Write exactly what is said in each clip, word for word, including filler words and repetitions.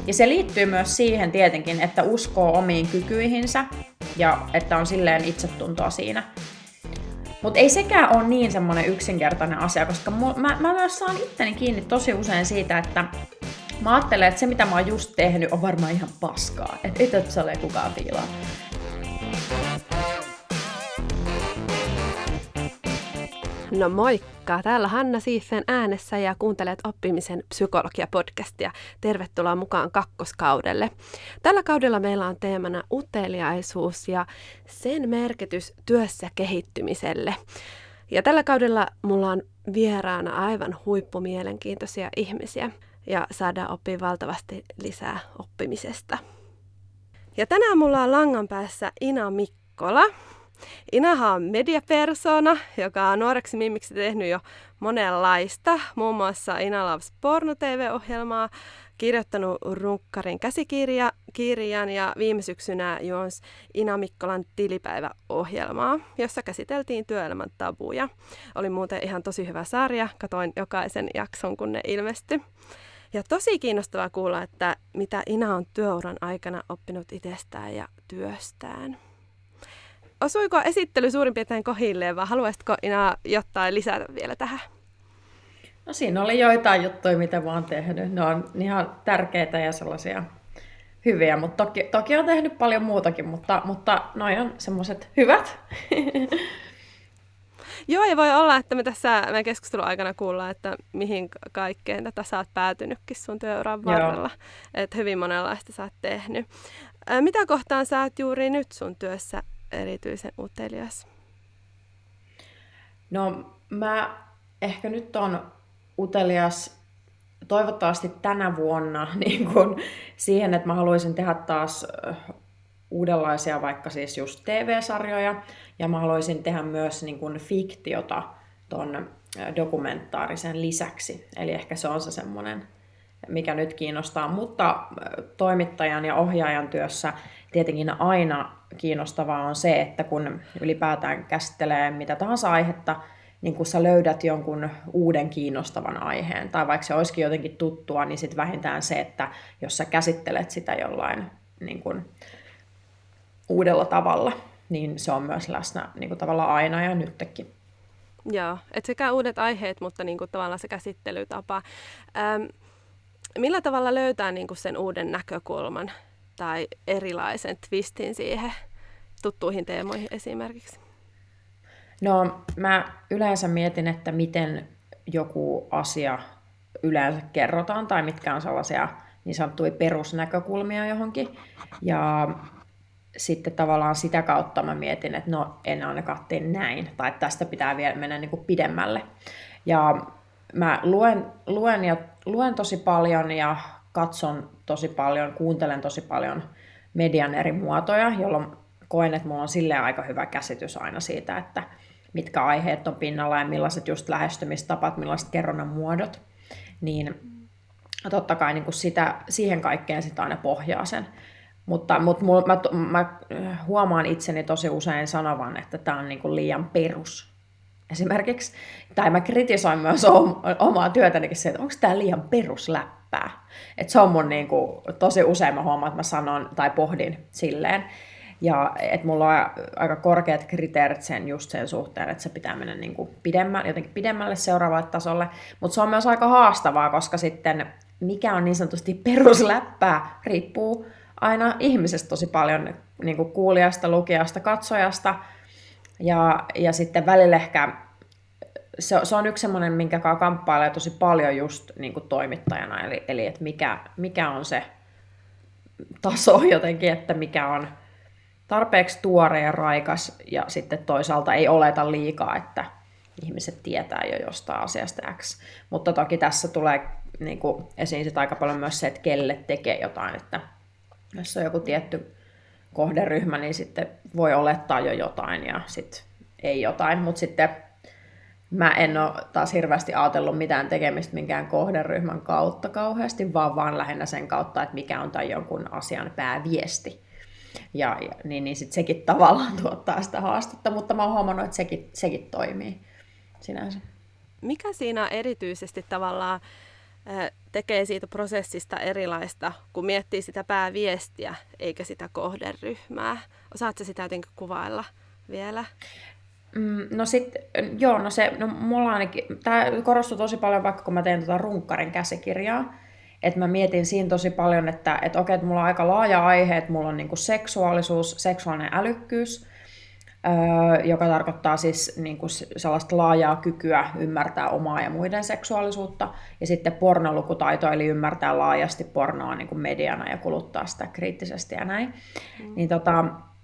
Ja se liittyy myös siihen tietenkin, että uskoo omiin kykyihinsä ja että on silleen itsetuntoa siinä. Mutta ei sekään ole niin semmoinen yksinkertainen asia, koska mä, mä myös saan itteni kiinni tosi usein siitä, että mä ajattelen, että se mitä mä oon just tehnyt on varmaan ihan paskaa. Että ei tätä ole kukaan fiilaa. No moikka! Täällä Hanna Siifen äänessä ja kuuntelet Oppimisen psykologia-podcastia. Tervetuloa mukaan kakkoskaudelle. Tällä kaudella meillä on teemana uteliaisuus ja sen merkitys työssä kehittymiselle. Ja tällä kaudella mulla on vieraana aivan huippumielenkiintoisia ihmisiä ja saadaan oppia valtavasti lisää oppimisesta. Ja tänään mulla on langan päässä Ina Mikkola. Inahan on mediapersona, joka on nuoreksi mimmiksi tehnyt jo monenlaista. Muun muassa Ina Loves porno-T V-ohjelmaa, kirjoittanut Runkkarin käsikirjan ja viime syksynä juonsi Ina Mikkolan tilipäiväohjelmaa, jossa käsiteltiin työelämän tabuja. Oli muuten ihan tosi hyvä sarja, katoin jokaisen jakson kun ne ilmestyi. Ja tosi kiinnostavaa kuulla, että mitä Ina on työuran aikana oppinut itsestään ja työstään. Osuiko esittely suurin piirtein kohilleen, vai haluaisitko Ina jotain lisätä vielä tähän? No siinä oli joitain juttuja, mitä mä oon tehnyt. Ne on ihan tärkeitä ja sellaisia hyviä, mutta toki, toki on tehnyt paljon muutakin, mutta, mutta noi on semmoiset hyvät. Joo, ja voi olla, että me tässä meidän keskustelun aikana kuullaan, että mihin kaikkeen tätä sä oot päätynytkin sun työuran varrella. Että hyvin monenlaista sä oot tehnyt. Ää, mitä kohtaan sä oot juuri nyt sun työssä erityisen utelias? No mä ehkä nyt on utelias toivottavasti tänä vuonna niin kun siihen, että mä haluaisin tehdä taas uudenlaisia vaikka siis just T V-sarjoja ja mä haluaisin tehdä myös niin kun fiktiota ton dokumentaarisen lisäksi. Eli ehkä se on se semmoinen, mikä nyt kiinnostaa, mutta toimittajan ja ohjaajan työssä tietenkin aina kiinnostavaa on se, että kun ylipäätään käsittelee mitä tahansa aihetta, niin kun sä löydät jonkun uuden kiinnostavan aiheen, tai vaikka se olisikin jotenkin tuttua, niin sitten vähintään se, että jos sä käsittelet sitä jollain niin kun uudella tavalla, niin se on myös läsnä niin kun tavallaan aina ja nytkin. Joo, että sekä uudet aiheet, mutta niin kuin tavallaan se käsittelytapa. Ähm, millä tavalla löytää niin kuin sen uuden näkökulman tai erilaisen twistin siihen tuttuihin teemoihin esimerkiksi? No mä yleensä mietin, että miten joku asia yleensä kerrotaan tai mitkä on sellaisia niin sanottuja perusnäkökulmia johonkin. Ja sitten tavallaan sitä kautta mä mietin, että no en ainakaan tee näin tai että tästä pitää vielä mennä niin kuin pidemmälle. Ja mä luen, luen, ja, luen tosi paljon ja katson tosi paljon, kuuntelen tosi paljon median eri muotoja, jolloin koen, että mulla on silleen aika hyvä käsitys aina siitä, että mitkä aiheet on pinnalla ja millaiset just lähestymistapat, millaiset kerronnan muodot. Niin totta kai niin kuin sitä, siihen kaikkeen sitä aina pohjaa sen. Mutta, mutta mä, mä huomaan itseni tosi usein sanovan, että tämä on niin kuin liian perus. Esimerkiksi, tai mä kritisoin myös omaa työtänikin se, että onko tämä liian perusläppää. Että se on mun niin kuin, tosi usein mä huomaan, että mä sanon tai pohdin silleen. Ja että mulla on aika korkeat kriteerit sen just sen suhteen, että se pitää mennä niin kuin pidemmälle, jotenkin pidemmälle seuraavalle tasolle. Mutta se on myös aika haastavaa, koska sitten mikä on niin sanotusti perusläppää, riippuu aina ihmisestä tosi paljon, niin kuin kuulijasta, lukijasta, katsojasta. Ja, ja sitten välillä ehkä se, se on yksi semmoinen, minkä kanssa kamppailee tosi paljon just niin kuin toimittajana, eli, eli että mikä, mikä on se taso jotenkin, että mikä on tarpeeksi tuore ja raikas, ja sitten toisaalta ei oleta liikaa, että ihmiset tietää jo jostain asiasta X. Mutta toki tässä tulee niin kuin esiin sit aika paljon myös se, että kelle tekee jotain, että jos on joku tietty kohderyhmä, niin sitten voi olettaa jo jotain ja sitten ei jotain, mutta sitten mä en ole taas hirveästi ajatellut mitään tekemistä minkään kohderyhmän kautta kauheasti, vaan vaan lähinnä sen kautta, että mikä on tai jonkun asian pääviesti. Ja, ja niin, niin sitten sekin tavallaan tuottaa sitä haastetta, mutta mä oon huomannut, että sekin, sekin toimii sinänsä. Mikä siinä erityisesti tavallaan tekee siitä prosessista erilaista, kun miettii sitä pääviestiä eikä sitä kohderyhmää. Osaatko sitä jotenkin kuvailla vielä? Mm, no sit, joo, no se, no mulla ainakin, tää korostui tosi paljon vaikka kun mä tein tota runkkarin käsikirjaa, että mä mietin siinä tosi paljon, että et okei, että mulla on aika laaja aihe, että mulla on niinku seksuaalisuus, seksuaalinen älykkyys, öö, joka tarkoittaa siis niinku sellaista laajaa kykyä ymmärtää omaa ja muiden seksuaalisuutta, ja sitten pornolukutaito, eli ymmärtää laajasti pornoa niinku mediana ja kuluttaa sitä kriittisesti ja näin. Mm. Niin, tota,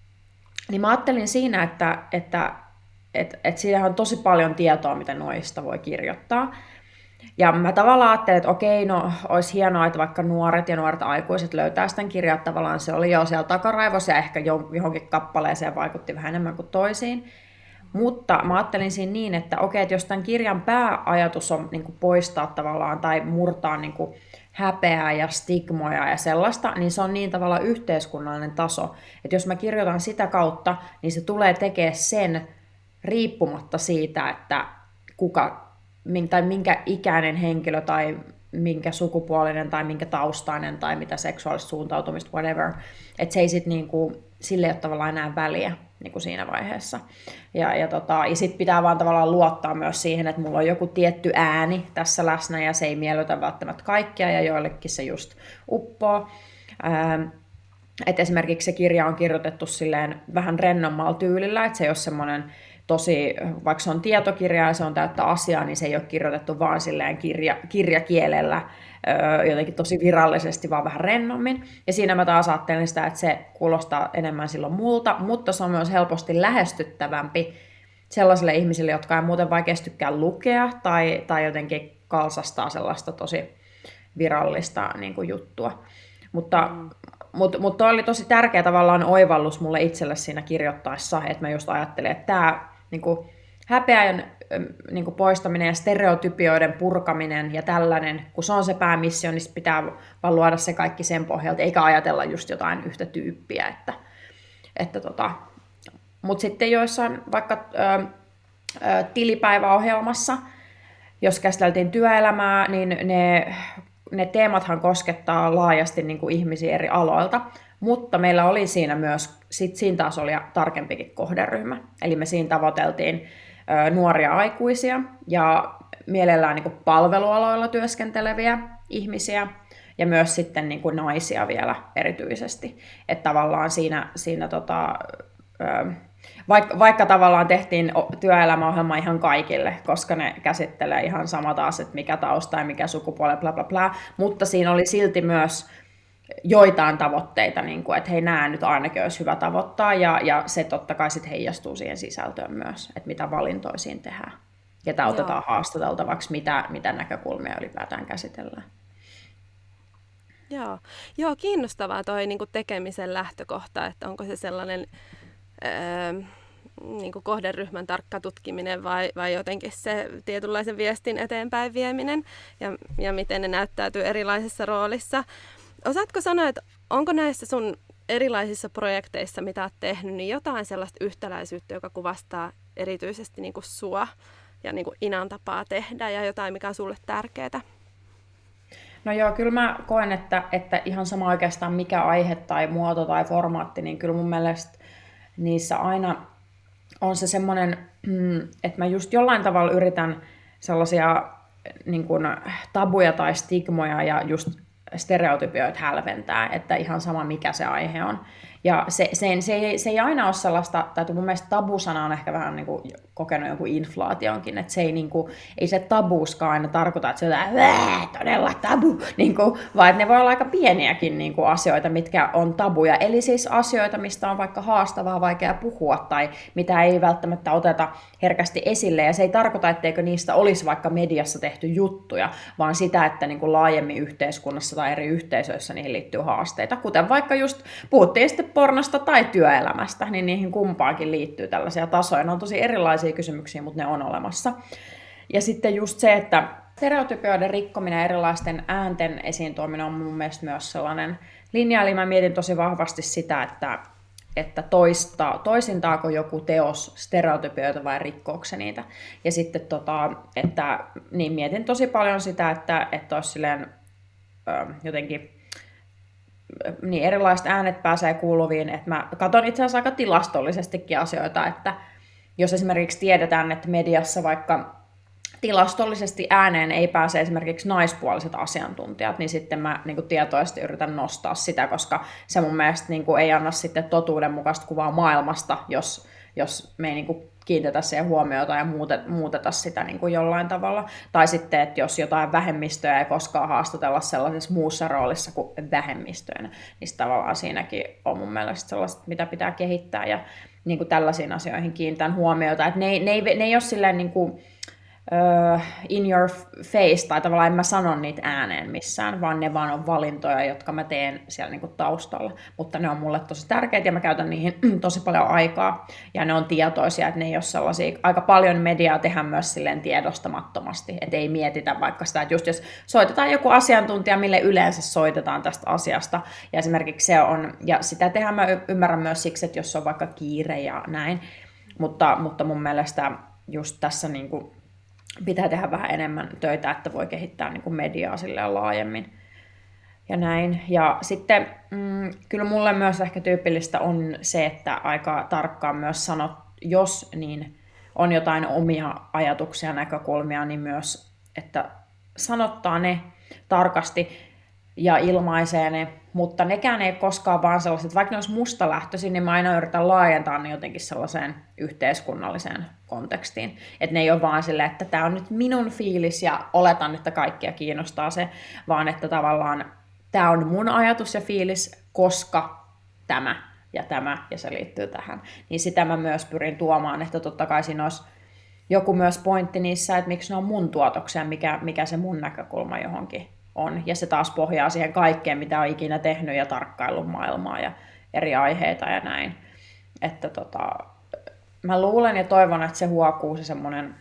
niin mä ajattelin siinä, että, että et, et siinä on tosi paljon tietoa, mitä noista voi kirjoittaa. Ja mä tavallaan ajattelin, että okei, no olisi hienoa, että vaikka nuoret ja nuoret aikuiset löytää sitä kirjaa, tavallaan se oli jo siellä takaraivossa ja ehkä johonkin kappaleeseen vaikutti vähän enemmän kuin toisiin. Mutta mä ajattelin siinä niin, että okei, että jos tämän kirjan pääajatus on niin kuin poistaa tavallaan tai murtaa niin kuin häpeää ja stigmoja ja sellaista, niin se on niin tavallaan yhteiskunnallinen taso. Että jos mä kirjoitan sitä kautta, niin se tulee tekemään sen riippumatta siitä, että kuka tai minkä ikäinen henkilö tai minkä sukupuolinen tai minkä taustainen tai mitä seksuaalista suuntautumista, whatever. Että se ei sitten niinku, sille ei ole tavallaan enää väliä niinku siinä vaiheessa. Ja, ja, tota, ja sitten pitää vaan tavallaan luottaa myös siihen, että mulla on joku tietty ääni tässä läsnä ja se ei miellytä välttämättä kaikkia ja joillekin se just uppoo. Ähm, että esimerkiksi se kirja on kirjoitettu silleen vähän rennommalla tyylillä, että se ei ole semmoinen tosi, vaikka se on tietokirja ja se on täyttä asiaa, niin se ei ole kirjoitettu vaan silleen kirja, kirjakielellä öö, jotenkin tosi virallisesti, vaan vähän rennommin. Ja siinä mä taas ajattelin sitä, että se kuulostaa enemmän silloin multa, mutta se on myös helposti lähestyttävämpi sellaisille ihmisille, jotka ei muuten vaikeasti tykkää lukea tai, tai jotenkin kalsastaa sellaista tosi virallista niin kuin juttua. Mutta mm. Mutta mut toi oli tosi tärkeä tavallaan oivallus mulle itselle siinä kirjoittaessa, että mä just ajattelin, että tämä niinku, häpeän niinku, poistaminen ja stereotypioiden purkaminen ja tällainen, kun se on se päämissio, niin pitää vaan luoda se kaikki sen pohjalta, eikä ajatella just jotain yhtä tyyppiä. Että, että tota. Mutta sitten joissain vaikka ö, ö, tilipäiväohjelmassa, jos käsiteltiin työelämää, niin ne... Ne teemathan koskettaa laajasti niin kuin ihmisiä eri aloilta, mutta meillä oli siinä myös, sit siinä taas oli tarkempikin kohderyhmä. Eli me siinä tavoiteltiin ö, nuoria aikuisia ja mielellään niin kuin palvelualoilla työskenteleviä ihmisiä ja myös sitten niin kuin naisia vielä erityisesti. Että tavallaan siinä, siinä tota, ö, Vaikka, vaikka tavallaan tehtiin työelämäohjelma ihan kaikille, koska ne käsittelee ihan samat asiat, mikä tausta ja mikä sukupuoli, bla bla bla, mutta siinä oli silti myös joitain tavoitteita, niin kuin, että hei, nää nyt ainakin olisi hyvä tavoittaa, ja, ja se totta kai sitten heijastuu siihen sisältöön myös, että mitä valintoja siinä tehdään, ketä otetaan haastateltavaksi, mitä, mitä näkökulmia ylipäätään käsitellään. Joo, Joo kiinnostavaa toi niin kuin tekemisen lähtökohta, että onko se sellainen Öö, niin kuin kohderyhmän tarkka tutkiminen vai, vai jotenkin se tietynlaisen viestin eteenpäin vieminen ja, ja miten ne näyttäytyy erilaisissa roolissa. Osaatko sanoa, että onko näissä sun erilaisissa projekteissa, mitä olet tehnyt, niin jotain sellaista yhtäläisyyttä, joka kuvastaa erityisesti niin kuin sua ja niin kuin Inan tapaa tehdä ja jotain, mikä on sulle tärkeää? No joo, kyllä mä koen, että, että ihan sama oikeastaan mikä aihe tai muoto tai formaatti, niin kyllä mun mielestä niissä aina on se semmoinen, että mä just jollain tavalla yritän sellaisia niin kuin tabuja tai stigmoja ja just stereotypioita hälventää, että ihan sama mikä se aihe on. Ja se, se, se, ei, se ei aina ole sellaista, tai mun mielestä tabusana on ehkä vähän niin kuin kokenut joku inflaationkin, että se ei, niin kuin, ei se tabuuskaan aina tarkoita, että se on todella tabu, niin kuin, vaan että ne voi olla aika pieniäkin niin kuin asioita, mitkä on tabuja. Eli siis asioita, mistä on vaikka haastavaa, vaikea puhua, tai mitä ei välttämättä oteta herkästi esille, ja se ei tarkoita, etteikö niistä olisi vaikka mediassa tehty juttuja, vaan sitä, että niin kuin laajemmin yhteiskunnassa tai eri yhteisöissä niihin liittyy haasteita, kuten vaikka just puhuttiin sitten pornosta tai työelämästä, niin niihin kumpaankin liittyy tällaisia tasoja. Ne on tosi erilaisia kysymyksiä, mutta ne on olemassa. Ja sitten just se, että stereotypioiden rikkominen ja erilaisten äänten esiin tuominen on mun mielestä myös sellainen linja, eli mä mietin tosi vahvasti sitä, että, että toista, toisintaako joku teos stereotypioita vai rikkooko se niitä. Ja sitten tota, että, niin mietin tosi paljon sitä, että, että olisi silleen, ö, jotenkin niin erilaiset äänet pääsee kuuluviin, että mä katson itse asiassa aika tilastollisestikin asioita, että jos esimerkiksi tiedetään, että mediassa vaikka tilastollisesti ääneen ei pääse esimerkiksi naispuoliset asiantuntijat, niin sitten mä niin kuin tietoisesti yritän nostaa sitä, koska se mun mielestä niin kuin ei anna sitten totuudenmukaista kuvaa maailmasta, jos, jos me ei niin kuin kiinnitetä siihen huomiota ja muuteta sitä niin kuin jollain tavalla. Tai sitten, että jos jotain vähemmistöjä ei koskaan haastatella sellaisessa muussa roolissa kuin vähemmistöinä, niin tavallaan siinäkin on mun mielestä sellaista, mitä pitää kehittää ja niin kuin tällaisiin asioihin kiinnitän huomiota. Että ne, ei, ne, ei, ne ei ole silleen niin kuin Uh, in your face, tai tavallaan en mä sano niitä ääneen missään, vaan ne vaan on valintoja, jotka mä teen siellä niinku taustalla. Mutta ne on mulle tosi tärkeitä ja mä käytän niihin tosi paljon aikaa. Ja ne on tietoisia, että ne ei ole sellaisia, aika paljon mediaa tehdään myös silleen tiedostamattomasti, että ei mietitä vaikka sitä, että just jos soitetaan joku asiantuntija, mille yleensä soitetaan tästä asiasta, ja esimerkiksi se on, ja sitä tehdään mä ymmärrän myös siksi, että jos on vaikka kiire ja näin, mutta, mutta mun mielestä just tässä niinku pitää tehdä vähän enemmän töitä, että voi kehittää niin kuin mediaa silleen laajemmin ja näin. Ja sitten mm, kyllä mulle myös ehkä tyypillistä on se, että aika tarkkaan myös sanot, jos niin on jotain omia ajatuksia, näkökulmia, niin myös, että sanottaa ne tarkasti ja ilmaisee ne, mutta nekään ei koskaan vaan sellaiset, vaikka ne olisi musta lähtöisin, niin mä aina yritän laajentaa ne jotenkin sellaiseen yhteiskunnalliseen kontekstiin. Että ne ei ole vaan silleen, että tämä on nyt minun fiilis ja oletan, että kaikkia kiinnostaa se, vaan että tavallaan tämä on mun ajatus ja fiilis, koska tämä ja tämä ja se liittyy tähän. Niin sitä mä myös pyrin tuomaan, että totta kai siinä olisi joku myös pointti niissä, että miksi ne on mun tuotoksia, mikä, mikä se mun näkökulma johonkin on. Ja se taas pohjaa siihen kaikkeen, mitä on ikinä tehnyt ja tarkkaillut maailmaa ja eri aiheita ja näin. Että tota, mä luulen ja toivon, että se huokuu se semmoinen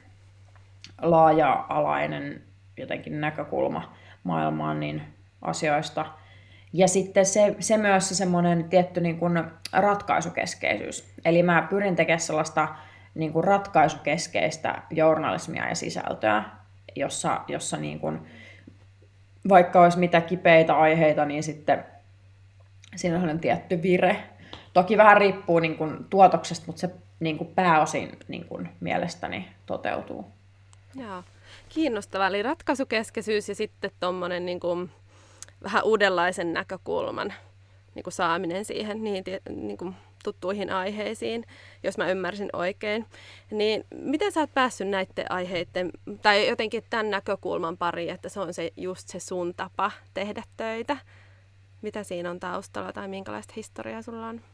laaja-alainen jotenkin näkökulma maailmaan niin asioista. Ja sitten se, se myös se semmoinen tietty niin kuin ratkaisukeskeisyys. Eli mä pyrin tekemään sellaista niin kuin ratkaisukeskeistä journalismia ja sisältöä, jossa, jossa niin kuin vaikka olisi mitä kipeitä aiheita, niin sitten siinä on tietty vire. Toki vähän riippuu niin kuin tuotoksesta, mutta se niin kuin pääosin niin kuin mielestäni toteutuu. Joo, kiinnostavaa. Eli ratkaisukeskeisyys ja sitten tuommoinen niin kuin vähän uudenlaisen näkökulman niin kuin saaminen siihen niin, niin kuin tuttuihin aiheisiin, jos mä ymmärsin oikein. Niin miten sä oot päässyt näiden aiheiden, tai jotenkin tämän näkökulman pariin, että se on se, just se sun tapa tehdä töitä? Mitä siinä on taustalla tai minkälaista historiaa sulla on?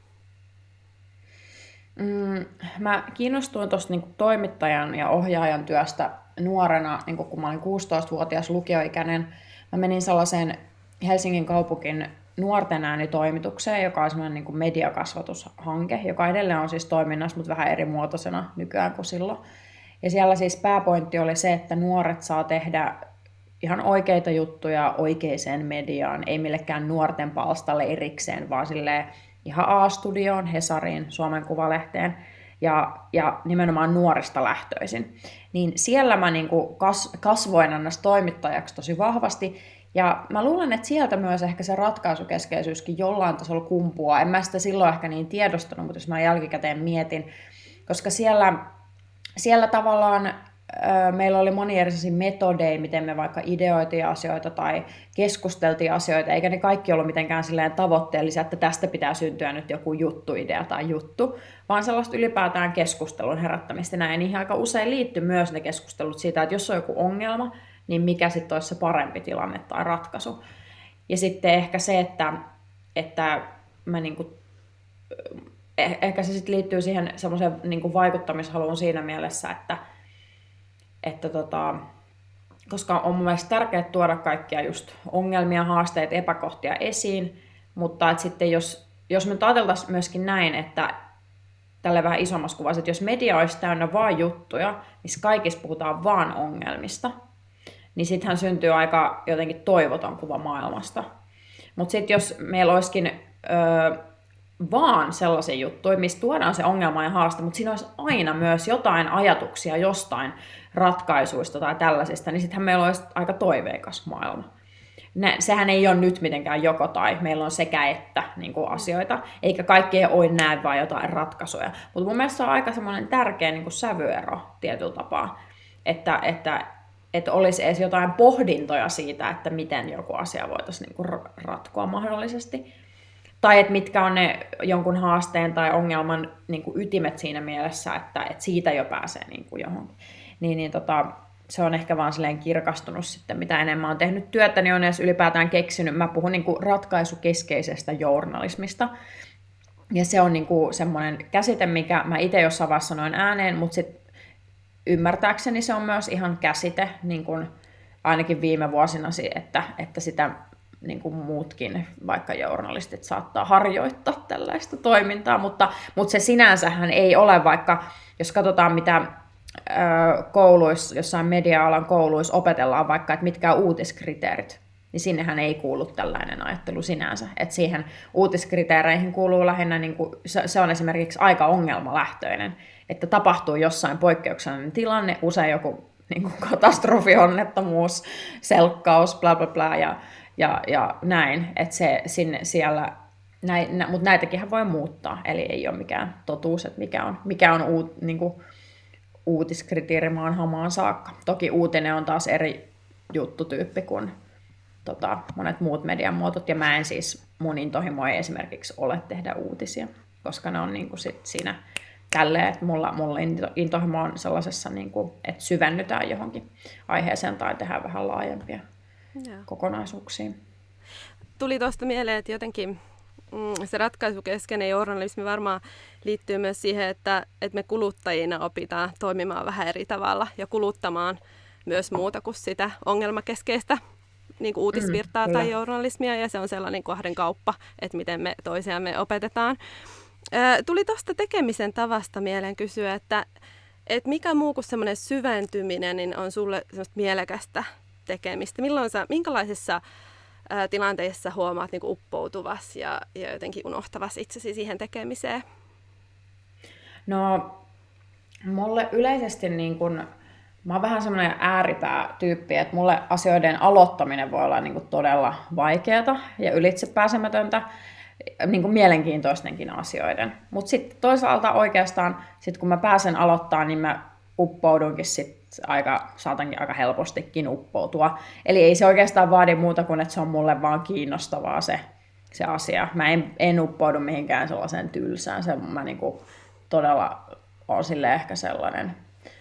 Mm, mä kiinnostuin tuosta niinku toimittajan ja ohjaajan työstä nuorena, niinku kun mä olin kuusitoistavuotias lukioikäinen. Mä menin sellaiseen Helsingin kaupunkin nuorten äänitoimitukseen, joka on semmoinen niin kuin mediakasvatushanke, joka edelleen on siis toiminnassa, mutta vähän eri muotoisena nykyään kuin silloin. Ja siellä siis pääpointti oli se, että nuoret saa tehdä ihan oikeita juttuja oikeaan mediaan, ei millekään nuorten palstalle erikseen, vaan silleen ihan A-studioon, Hesariin, Suomen Kuvalehteen ja, ja nimenomaan nuorista lähtöisin. Niin siellä mä niin kuin kas, kasvoin annas toimittajaksi tosi vahvasti. Ja mä luulen, että sieltä myös ehkä se ratkaisukeskeisyyskin jollain tasolla kumpuaa. En mä sitä silloin ehkä niin tiedostanut, mutta jos mä jälkikäteen mietin, koska siellä, siellä tavallaan ö, meillä oli monia eri metodeja, miten me vaikka ideoitiin asioita tai keskusteltiin asioita, eikä ne kaikki ollut mitenkään silleen tavoitteellisia, että tästä pitää syntyä nyt joku juttuidea tai juttu, vaan sellaista ylipäätään keskustelun herättämistä. Näin. Ja niihin aika usein liittyy myös ne keskustelut siitä, että jos on joku ongelma, niin mikä sitten olisi se parempi tilanne tai ratkaisu. Ja sitten ehkä se, että, että mä niinku, eh, ehkä se sitten liittyy siihen semmoiseen niinku vaikuttamishaluun siinä mielessä, että, että tota, koska on mun mielestä tärkeää tuoda kaikkia just ongelmia, haasteita, epäkohtia esiin, mutta että sitten jos, jos me ajateltaisiin myöskin näin, että tälle vähän isommassa kuvassa, että jos media olisi täynnä vaan juttuja, missä kaikissa puhutaan vaan ongelmista, niin sittenhän syntyy aika jotenkin toivoton kuva maailmasta. Mutta sitten jos meillä olisikin ö, vaan sellaisia juttuja, missä tuodaan se ongelma ja haaste, mutta siinä olisi aina myös jotain ajatuksia jostain ratkaisuista tai tällaisista, niin sittenhän meillä olisi aika toiveikas maailma. Ne, sehän ei ole nyt mitenkään joko tai, meillä on sekä että niin kuin asioita, eikä kaikkea ole näin vaan jotain ratkaisuja. Mutta mun mielestä se on aika semmoinen tärkeä niin kuin sävyero tietyllä tapaa, että, että, että olisi edes jotain pohdintoja siitä, että miten joku asia voitaisiin niin kuin ratkoa mahdollisesti. Tai että mitkä on ne jonkun haasteen tai ongelman niin kuin ytimet siinä mielessä, että, että siitä jo pääsee niin kuin johonkin. Niin, niin tota, se on ehkä vaan silleen kirkastunut sitten, mitä enemmän on tehnyt työtä, niin on edes ylipäätään keksinyt. Mä puhun niin kuin ratkaisukeskeisestä journalismista. Ja se on niin kuin semmoinen käsite, mikä mä itse jossain vaiheessa sanoin ääneen, mutta sitten ymmärtääkseni se on myös ihan käsite, niin kuin ainakin viime vuosina, että, että sitä niin kuin muutkin, vaikka journalistit saattaa harjoittaa tällaista toimintaa, mutta, mutta se sinänsähän ei ole, vaikka jos katsotaan mitä kouluissa, jossain media-alan kouluissa opetellaan vaikka, että mitkä on uutiskriteerit, niin sinnehän ei kuulu tällainen ajattelu sinänsä. Että siihen uutiskriteereihin kuuluu lähinnä, niin kuin, se on esimerkiksi aika ongelmalähtöinen, että tapahtuu jossain poikkeuksellinen tilanne, usein joku niin kuin katastrofi, onnettomuus, selkkaus, bla bla bla ja, ja, ja näin, että se sinne siellä, näin, nä, mutta näitäkin voi muuttaa, eli ei ole mikään totuus, että mikä on, mikä on uut, niin kuin, uutiskriteeri maan hamaan saakka. Toki uutinen on taas eri juttutyyppi kuin tota, monet muut median muotot, ja mä en siis, mun intohimo ei esimerkiksi ole tehdä uutisia, koska ne on niin kuin sit siinä tälleen, että mulla, mulla intohimo on sellaisessa, niin kuin, että syvennytään johonkin aiheeseen tai tehdään vähän laajempia ja kokonaisuuksia. Tuli tuosta mieleen, että jotenkin se ratkaisukeskeinen journalismi varmaan liittyy myös siihen, että, että me kuluttajina opitaan toimimaan vähän eri tavalla ja kuluttamaan myös muuta kuin sitä ongelmakeskeistä niin kuin uutisvirtaa mm, tai journalismia, ja se on sellainen kahden kauppa, että miten me toisiamme opetetaan. Ää, tuli tuosta tekemisen tavasta mieleen kysyä, että, että mikä muu kuin semmoinen syventyminen niin on sulle semmoista mielekästä tekemistä? Milloin sä, minkälaisissa ää, tilanteissa huomaat niin kuin uppoutuvas ja, ja jotenkin unohtavas itsesi siihen tekemiseen? No, mulle yleisesti niin kun, mä oon vähän semmoinen ääripäätyyppi, että mulle asioiden aloittaminen voi olla niin kun todella vaikeata ja ylitsepääsemätöntä, niin kuin mielenkiintoistenkin asioiden. Mutta sitten toisaalta oikeastaan, sit kun mä pääsen aloittamaan, niin mä uppoudunkin sit aika, saatankin aika helpostikin uppoutua. Eli ei se oikeastaan vaadi muuta kuin, että se on mulle vaan kiinnostavaa se, se asia. Mä en, en uppoudu mihinkään sellaiseen tylsään. Se, mä niinku todella on sille ehkä sellainen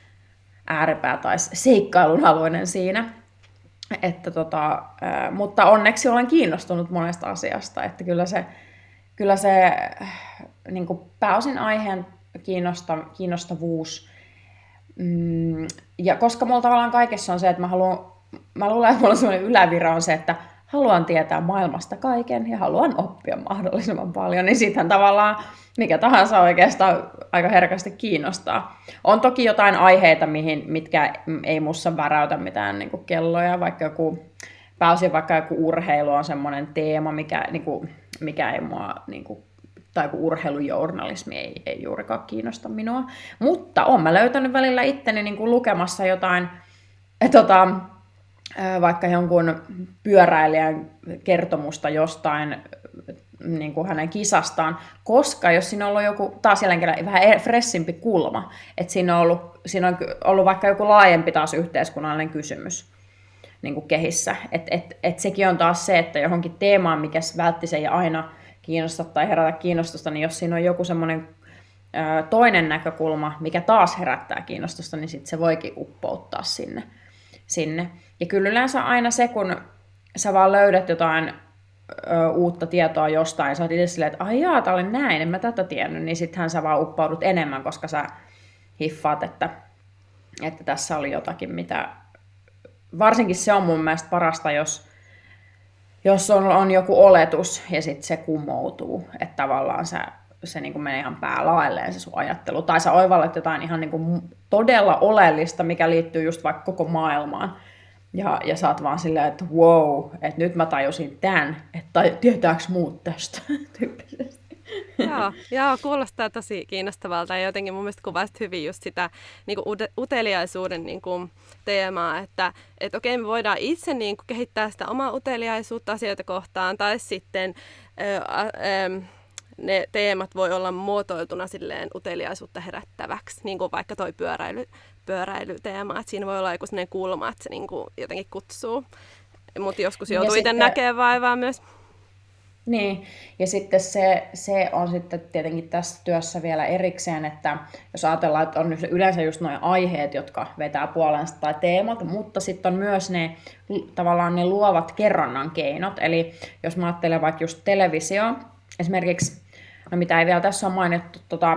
ääripää tai seikkailun haluinen siinä. Että tota, ää, mutta onneksi olen kiinnostunut monesta asiasta, että kyllä se, kyllä se niin kuin pääosin aiheen kiinnosta, kiinnostavuus, mm, ja koska mulla tavallaan kaikessa on se, että mä, haluan, mä luulen, että mulla on sellainen ylävira on se, että haluan tietää maailmasta kaiken ja haluan oppia mahdollisimman paljon, niin siitähän tavallaan mikä tahansa oikeastaan aika herkästi kiinnostaa. On toki jotain aiheita, mihin, mitkä ei mussa väräytä mitään niin kuin kelloja, vaikka joku, pääosin vaikka joku urheilu on semmoinen teema, mikä, niin kuin, mikä ei mua, niin kuin, tai joku urheilujournalismi ei, ei juurikaan kiinnosta minua. Mutta olen mä löytänyt välillä itteni niin kuin lukemassa jotain, tota, vaikka jonkun pyöräilijän kertomusta jostain niin kuin hänen kisastaan, koska jos siinä on ollut joku, taas jälleen vähän fressimpi kulma, että siinä on ollut, siinä on ollut vaikka joku laajempi taas yhteiskunnallinen kysymys niin kuin kehissä, että et, et sekin on taas se, että johonkin teemaan, mikä välttämättä ei aina kiinnosta tai herätä kiinnostusta, niin jos siinä on joku semmoinen ö, toinen näkökulma, mikä taas herättää kiinnostusta, niin sitten se voikin uppouttaa sinne. sinne. Ja kyllä yleensä aina se, kun sä vaan löydät jotain ö, uutta tietoa jostain, sä oot itse silleen, että ai jaa, tää oli näin, en mä tätä tiennyt, niin sittenhän sä vaan uppaudut enemmän, koska sä hiffaat, että, että tässä oli jotakin, mitä... Varsinkin se on mun mielestä parasta, jos, jos on, on joku oletus ja sitten se kumoutuu, että tavallaan sä, se niin kuin menee ihan päälaelleen se sun ajattelu. Tai sä oivallat jotain ihan niin kuin todella oleellista, mikä liittyy just vaikka koko maailmaan. Ja, ja sä oot vaan silleen, että wow, että nyt mä tajusin tämän, että tietääks muut tästä tyyppisesti. Joo, joo, kuulostaa tosi kiinnostavalta ja jotenkin mun mielestä kuvasit hyvin just sitä niin kuin uteliaisuuden niin kuin teemaa, että et okei me voidaan itse niin kuin kehittää sitä omaa uteliaisuutta asioita kohtaan tai sitten ää, ää, ne teemat voi olla muotoiltuna silleen uteliaisuutta herättäväksi, niin kuin vaikka toi pyöräily, pyöräilyteema, että siinä voi olla joku sellainen kulma, että se niin kuin jotenkin kutsuu, mutta joskus joutuu itse sitten näkemään vaivaa myös. Niin, ja sitten se, se on sitten tietenkin tässä työssä vielä erikseen, että jos ajatellaan, että on yleensä just nuo aiheet, jotka vetää puolensa tai teemat, mutta sitten on myös ne tavallaan ne luovat kerronnan keinot, eli jos mä ajattelen vaikka just televisio, esimerkiksi, no mitä ei vielä tässä ole mainittu, tota,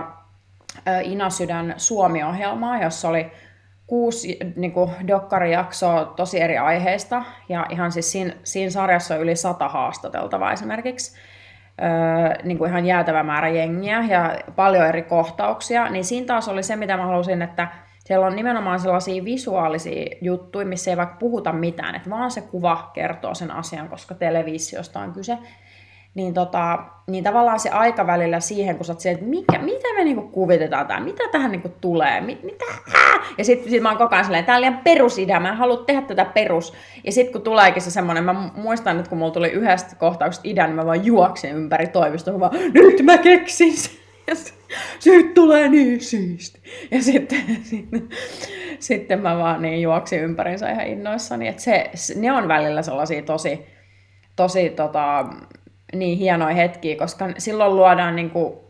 Ina Sydän Suomi-ohjelmaa, jossa oli kuusi niin kuin dokkarijaksoa tosi eri aiheista, ja ihan siis siinä, siinä sarjassa on yli sata haastateltavaa esimerkiksi, öö, niin kuin ihan jäätävä määrä jengiä ja paljon eri kohtauksia, niin siinä taas oli se, mitä mä halusin, että siellä on nimenomaan sellaisia visuaalisia juttuja, missä ei vaikka puhuta mitään, että vaan se kuva kertoo sen asian, koska televisiosta on kyse. Niin, tota, niin tavallaan se aikavälillä siihen, kun sä oot siellä, että mikä, mitä me niinku kuvitetaan tää, mitä tähän niinku tulee, mit, mitä, ää? Ja sit, sit mä oon koko ajan silleen, tää on liian perusidea, mä en halua tehdä tätä perus. Ja sit kun tuleekin se semmonen, mä muistan, että kun mulla tuli yhdestä kohtauksesta idea, niin mä vaan juoksin ympäri toimistoa, mä vaan, nyt mä keksin sen. Ja sit tulee niin siisti. Ja sitten, sitten, sitten mä vaan niin juoksin ympärinsä ihan innoissani, että se, ne on välillä sellaisia tosi, tosi tota, niin hienoja hetkiä, koska silloin luodaan niinku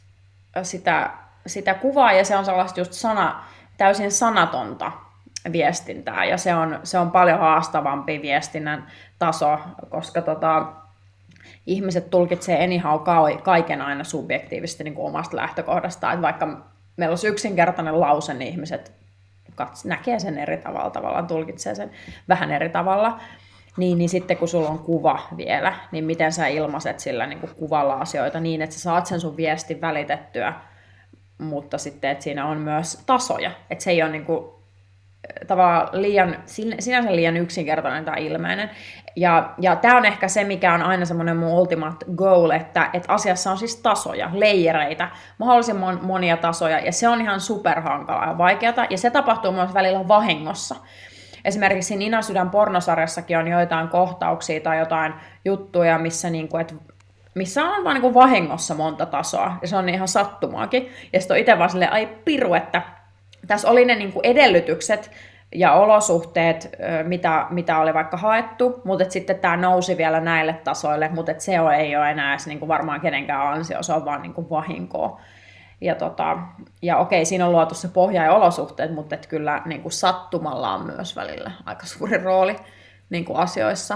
sitä, sitä kuvaa ja se on sellaista just sana, täysin sanatonta viestintää ja se on, se on paljon haastavampi viestinnän taso, koska tota, ihmiset tulkitsee anyhow kaiken aina subjektiivisesti niin kuin omasta lähtökohdastaan, että vaikka meillä olisi yksinkertainen lause, niin ihmiset kats- näkee sen eri tavalla, tavallaan tulkitsee sen vähän eri tavalla. Niin, niin sitten kun sulla on kuva vielä, niin miten sä ilmaiset sillä niin kuin kuvalla asioita niin, että sä saat sen sun viestin välitettyä, mutta sitten, että siinä on myös tasoja, että se ei ole niin kuin, tavallaan liian, sinänsä liian yksinkertainen tai ilmeinen. Ja, ja tämä on ehkä se, mikä on aina semmoinen mun ultimate goal, että, että asiassa on siis tasoja, leijereitä, mahdollisimman monia tasoja, ja se on ihan superhankalaa ja vaikeata, ja se tapahtuu myös välillä vahingossa. Esimerkiksi siinä Ina Sydän pornosarjassakin on joitain kohtauksia tai jotain juttuja, missä, niinku, et, missä on vaan niinku vahingossa monta tasoa, ja se on ihan sattumaakin. Ja sitten on itse vaan silleen, ai piru, että tässä oli ne niinku edellytykset ja olosuhteet, mitä, mitä oli vaikka haettu, mutta sitten tämä nousi vielä näille tasoille, mutta se ei ole enää edes niinku varmaan kenenkään ansio, se on vaan niinku vahinkoa. Ja, tota, ja okei, siinä on luotu se pohja ja olosuhteet, mutta et kyllä niin kuin sattumalla on myös välillä aika suuri rooli niin kuin asioissa.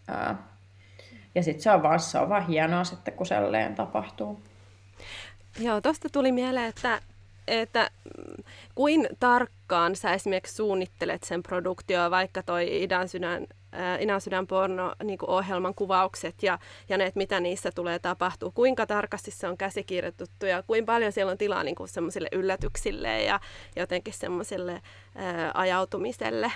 Ja sitten se on vaan, se on vaan hienoa sitten, kun selleen tapahtuu. Joo, tuosta tuli mieleen, että, että kuin tarkkaan sä esimerkiksi suunnittelet sen produktioon, vaikka toi Ina Sydän Ina Sydän porno niin kuin ohjelman kuvaukset ja, ja ne, että mitä niissä tulee tapahtua, kuinka tarkasti se on käsikirjoitettu ja kuinka paljon siellä on tilaa niin kuin semmoisille yllätyksille ja jotenkin semmoiselle ää, ajautumiselle?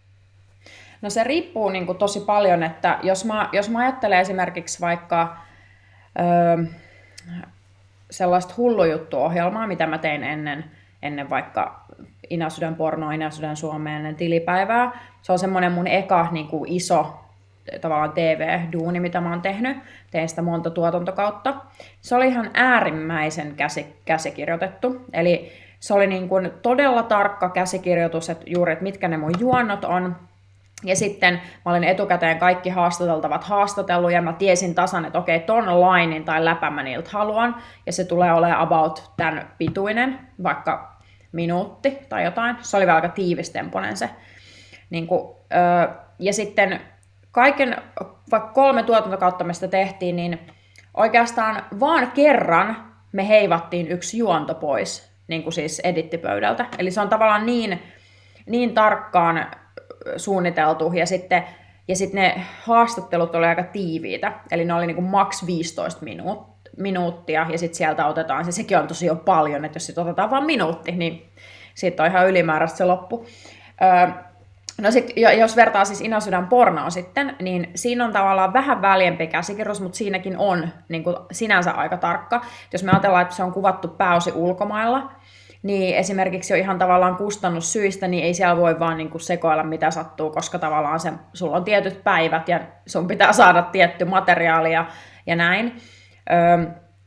No se riippuu niin kuin tosi paljon, että jos mä, jos mä ajattelen esimerkiksi vaikka öö, sellaista hullujuttu-ohjelmaa, mitä mä tein ennen, ennen vaikka Ina Sydän pornoa, Ina Sydän Suomeen ennen tilipäivää. Se on semmoinen mun eka niin kuin iso tavallaan T V-duuni, mitä mä oon tehnyt. Tein sitä monta tuotantokautta. Se oli ihan äärimmäisen käsi, käsikirjoitettu. Eli se oli niin kuin todella tarkka käsikirjoitus, että juuri, että mitkä ne mun juonnot on. Ja sitten mä olin etukäteen kaikki haastateltavat haastatellut ja mä tiesin tasan, että okei, ton lainin tai läpän mä niiltä haluan. Ja se tulee olemaan about tämän pituinen, vaikka minuutti tai jotain. Se oli vielä aika tiivistempoinen se. Niin kuin, öö, ja sitten kaiken, vaikka kolme tuotantokautta me sitä tehtiin, niin oikeastaan vaan kerran me heivattiin yksi juonto pois, niin kuin siis edittipöydältä. Eli se on tavallaan niin, niin tarkkaan suunniteltu, ja sitten, ja sitten ne haastattelut oli aika tiiviitä, eli ne oli niin kuin maks viisitoista minuuttia, ja sitten sieltä otetaan, siis sekin on tosi jo paljon, että jos sitten otetaan vain minuutti, niin siitä on ihan ylimääräistä se loppu. Öö, No sit, jos vertaa siis Inasydän pornoon sitten, niin siinä on tavallaan vähän väljempi käsikirjoitus, mutta siinäkin on niin kuin sinänsä aika tarkka. Jos me ajatellaan, että se on kuvattu pääosin ulkomailla, niin esimerkiksi jo ihan tavallaan kustannussyistä, niin ei siellä voi vaan niin kuin sekoilla mitä sattuu, koska tavallaan se, sulla on tietyt päivät ja sun pitää saada tietty materiaali ja, ja näin. Öö,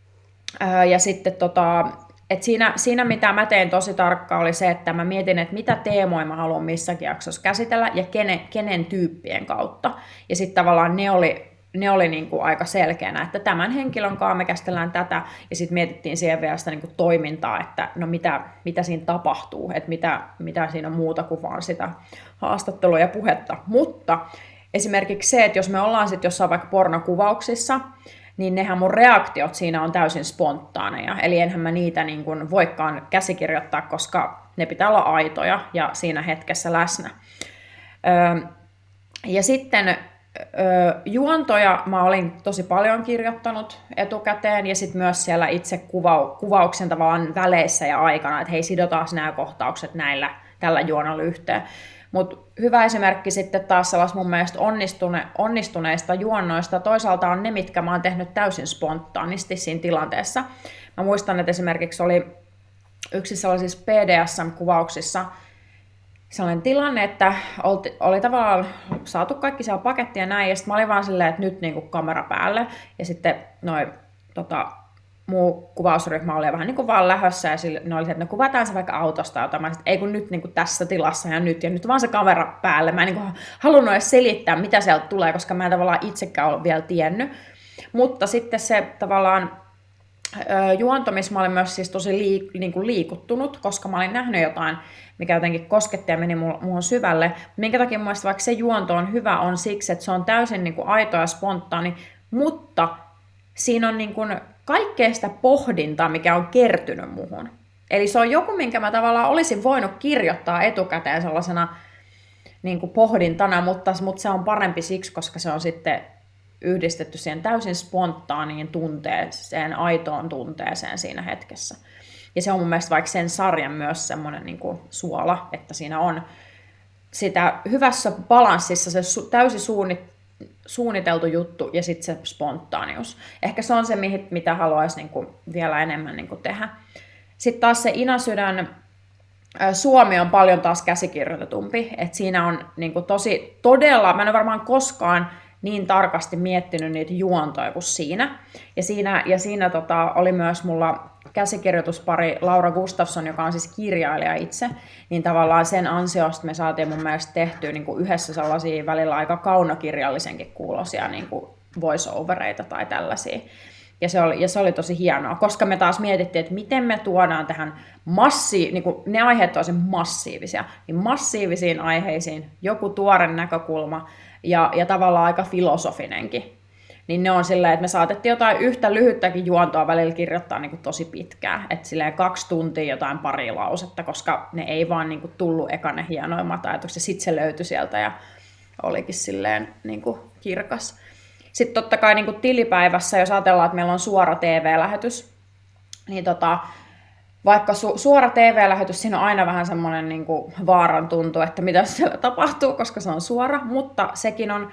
öö, ja sitten tota, et siinä, siinä, mitä mä tein tosi tarkkaan, oli se, että mä mietin, että mitä teemoja mä haluan missäkin jaksossa käsitellä ja kenen, kenen tyyppien kautta. Ja sitten tavallaan ne oli, ne oli niinku aika selkeänä, että tämän henkilön kanssa me käsitellään tätä, ja sitten mietittiin siihen vielä sitä niinku toimintaa, että no mitä, mitä siinä tapahtuu, että mitä, mitä siinä on muuta kuin vaan sitä haastattelua ja puhetta. Mutta esimerkiksi se, että jos me ollaan sitten jossain vaikka pornokuvauksissa, niin nehän mun reaktiot siinä on täysin spontaaneja. Eli enhän mä niitä niin kuin voikaan käsikirjoittaa, koska ne pitää olla aitoja ja siinä hetkessä läsnä. Öö, ja sitten öö, juontoja mä olin tosi paljon kirjoittanut etukäteen, ja sitten myös siellä itse kuvau- kuvauksen tavallaan väleissä ja aikana, että hei, sidotaan nämä kohtaukset näillä, tällä juonalla yhteen. Mutta hyvä esimerkki sitten taas sellaista mun mielestä onnistune, onnistuneista juonnoista toisaalta on ne, mitkä mä oon tehnyt täysin spontaanisti siinä tilanteessa. Mä muistan, että esimerkiksi oli yksi sellaisissa P D S M-kuvauksissa sellainen tilanne, että oli, oli tavallaan saatu kaikki siellä pakettia ja näin, ja sitten mä olin vaan silleen, että nyt niinku kamera päälle, ja sitten noi tota, muu kuvausryhmä oli vähän niin kuin vaan lähössä, ja sille, ne oli se, että no kuvataan se vaikka autosta, jota mä sit, ei kun nyt niin kuin tässä tilassa ja nyt, ja nyt vaan se kamera päälle. Mä en niin kuin halunnut edes selittää, mitä sieltä tulee, koska mä en tavallaan itsekään ole vielä tiennyt. Mutta sitten se tavallaan ö, juonto, missä mä olin myös siis tosi liik, niin kuin liikuttunut, koska mä olin nähnyt jotain, mikä jotenkin kosketti ja meni muuhun syvälle. Minkä takia mun mielestä vaikka se juonto on hyvä, on siksi, että se on täysin niin kuin aito ja spontaani, mutta siinä on niin kuin kaikkea sitä pohdintaa, mikä on kertynyt muhun. Eli se on joku, minkä mä tavallaan olisin voinut kirjoittaa etukäteen sellaisena niin kuin pohdintana, mutta, mutta se on parempi siksi, koska se on sitten yhdistetty siihen täysin spontaaniin tunteeseen, aitoon tunteeseen siinä hetkessä. Ja se on mun mielestä vaikka sen sarjan myös semmoinen niin kuin suola, että siinä on sitä hyvässä balanssissa se su- täysin suunnittu, suunniteltu juttu ja sitten se spontaanius. Ehkä se on se, mitä haluaisi niinku vielä enemmän niinku tehdä. Sitten taas se Inasydän Suomi on paljon taas käsikirjoitetumpi. Et siinä on niinku tosi todella, mä en ole varmaan koskaan niin tarkasti miettinyt niitä juontoja kuin siinä. Ja siinä, ja siinä tota, oli myös mulla käsikirjoituspari Laura Gustafsson, joka on siis kirjailija itse, niin tavallaan sen ansiosta me saatiin mun mielestä tehtyä niin kuin yhdessä sellaisia välillä aika kaunokirjallisenkin kuulosia niin kuin voice-overeita tai tällaisia. Ja se, oli, ja se oli tosi hienoa, koska me taas mietittiin, että miten me tuodaan tähän massi, niin kuin ne aiheet tosi massiivisia, niin massiivisiin aiheisiin joku tuore näkökulma ja, ja tavallaan aika filosofinenkin. Niin ne on silleen, että me saatettiin jotain yhtä lyhyttäkin juontoa välillä kirjoittaa niin kuin tosi pitkää. Että silleen kaksi tuntia jotain pari lausetta, koska ne ei vaan niin kuin tullut eka ne hienoimmat ajatukset. Sitten se löytyi sieltä ja olikin silleen niin kuin kirkas. Sitten totta kai niin kuin tilipäivässä, jos ajatellaan, että meillä on suora T V-lähetys, niin tota, vaikka su- suora T V-lähetys, siinä on aina vähän semmoinen niin kuin vaaran tuntu, että mitä siellä tapahtuu, koska se on suora, mutta sekin on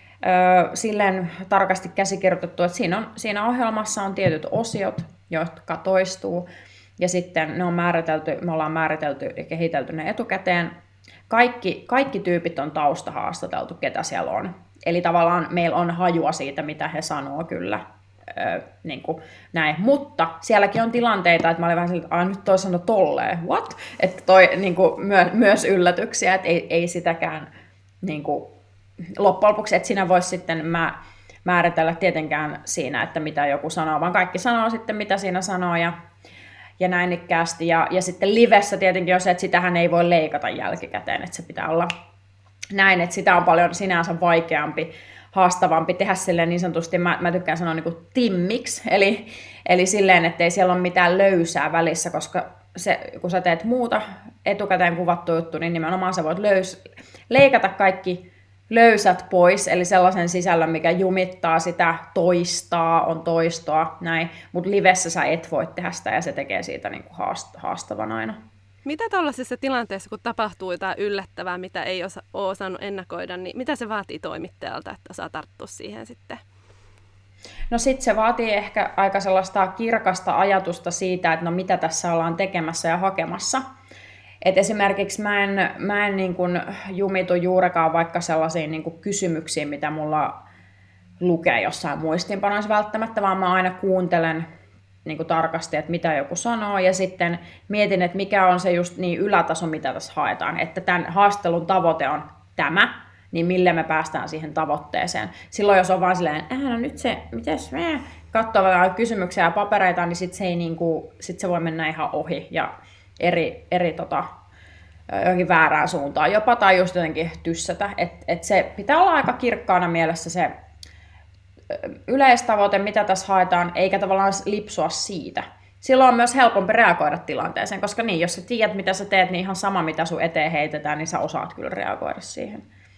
Öö, silleen tarkasti käsikirjoitettu, että siinä, on, siinä ohjelmassa on tietyt osiot, jotka toistuu, ja sitten ne on määritelty, me ollaan määritelty ja kehitelty ne etukäteen. Kaikki, kaikki tyypit on taustahaastateltu, ketä siellä on. Eli tavallaan meillä on hajua siitä, mitä he sanoo kyllä. Öö, niin kuin näin. Mutta sielläkin on tilanteita, että mä olin vähän sillä, että nyt toi sanoi tolleen, what? Että toi niin kuin, myö, myös yllätyksiä, että ei, ei sitäkään niin kuin, loppujen lopuksi, että sinä voisi sitten mä määritellä tietenkään siinä, että mitä joku sanoo, vaan kaikki sanoo sitten, mitä siinä sanoo ja, ja näin ikkäästi. Ja, ja sitten livessä tietenkin on se, että sitähän ei voi leikata jälkikäteen, että se pitää olla näin, että sitä on paljon sinänsä vaikeampi, haastavampi tehdä silleen niin sanotusti, mä, mä tykkään sanoa niin kuin timmiksi, eli, eli silleen, että ei siellä ole mitään löysää välissä, koska se, kun sä teet muuta etukäteen kuvattu juttu, niin nimenomaan sä voit löys, leikata kaikki löysät pois, eli sellaisen sisällön, mikä jumittaa sitä, toistaa, on toistoa, näin, mutta livessä sä et voi tehdä sitä, ja se tekee siitä niinku haastavan aina. Mitä tuollaisessa tilanteessa, kun tapahtuu jotain yllättävää, mitä ei osa, ole osannut ennakoida, niin mitä se vaatii toimittajalta, että saa tarttua siihen sitten? No sitten se vaatii ehkä aika sellaista kirkasta ajatusta siitä, että no mitä tässä ollaan tekemässä ja hakemassa. Et esimerkiksi mä en, mä en niin kuin jumitu juurikaan vaikka sellaisiin niin kuin kysymyksiin, mitä mulla lukee jossain muistiinpanoissa välttämättä, vaan mä aina kuuntelen niin kuin tarkasti, että mitä joku sanoo, ja sitten mietin, että mikä on se just niin ylätaso, mitä tässä haetaan, että tämän haastelun tavoite on tämä, niin millä me päästään siihen tavoitteeseen. Silloin jos on vaan silleen, äh, no nyt se, mitäs me, katsoo vähän kysymyksiä ja papereita, niin sitten se, niinku, sit se voi mennä ihan ohi ja eri, eri tota, johonkin väärään suuntaan jopa, tai just jotenkin tyssätä. Että et se pitää olla aika kirkkaana mielessä se yleistavoite, mitä tässä haetaan, eikä tavallaan lipsua siitä. Silloin on myös helpompi reagoida tilanteeseen, koska niin, jos sä tiedät, mitä sä teet, niin ihan sama, mitä sun eteen heitetään, niin sä osaat kyllä reagoida siihen.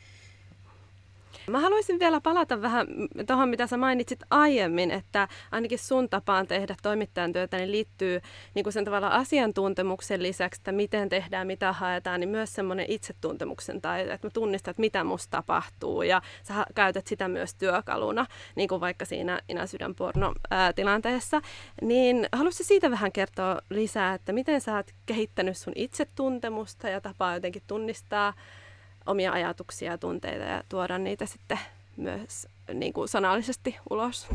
Mä haluaisin vielä palata vähän tuohon, mitä sä mainitsit aiemmin, että ainakin sun tapaan tehdä toimittajan työtä niin liittyy niin kuin sen tavalla asiantuntemuksen lisäksi, että miten tehdään, mitä haetaan, niin myös semmoinen itsetuntemuksen taito, että mä tunnistan, että mitä musta tapahtuu ja sä käytät sitä myös työkaluna, niin kuin vaikka siinä Ina Sydänporno-tilanteessa. Niin haluaisin siitä vähän kertoa lisää, että miten sä oot kehittänyt sun itsetuntemusta ja tapaa jotenkin tunnistaa omia ajatuksia ja tunteita ja tuoda niitä sitten myös niin kuin sanallisesti ulos?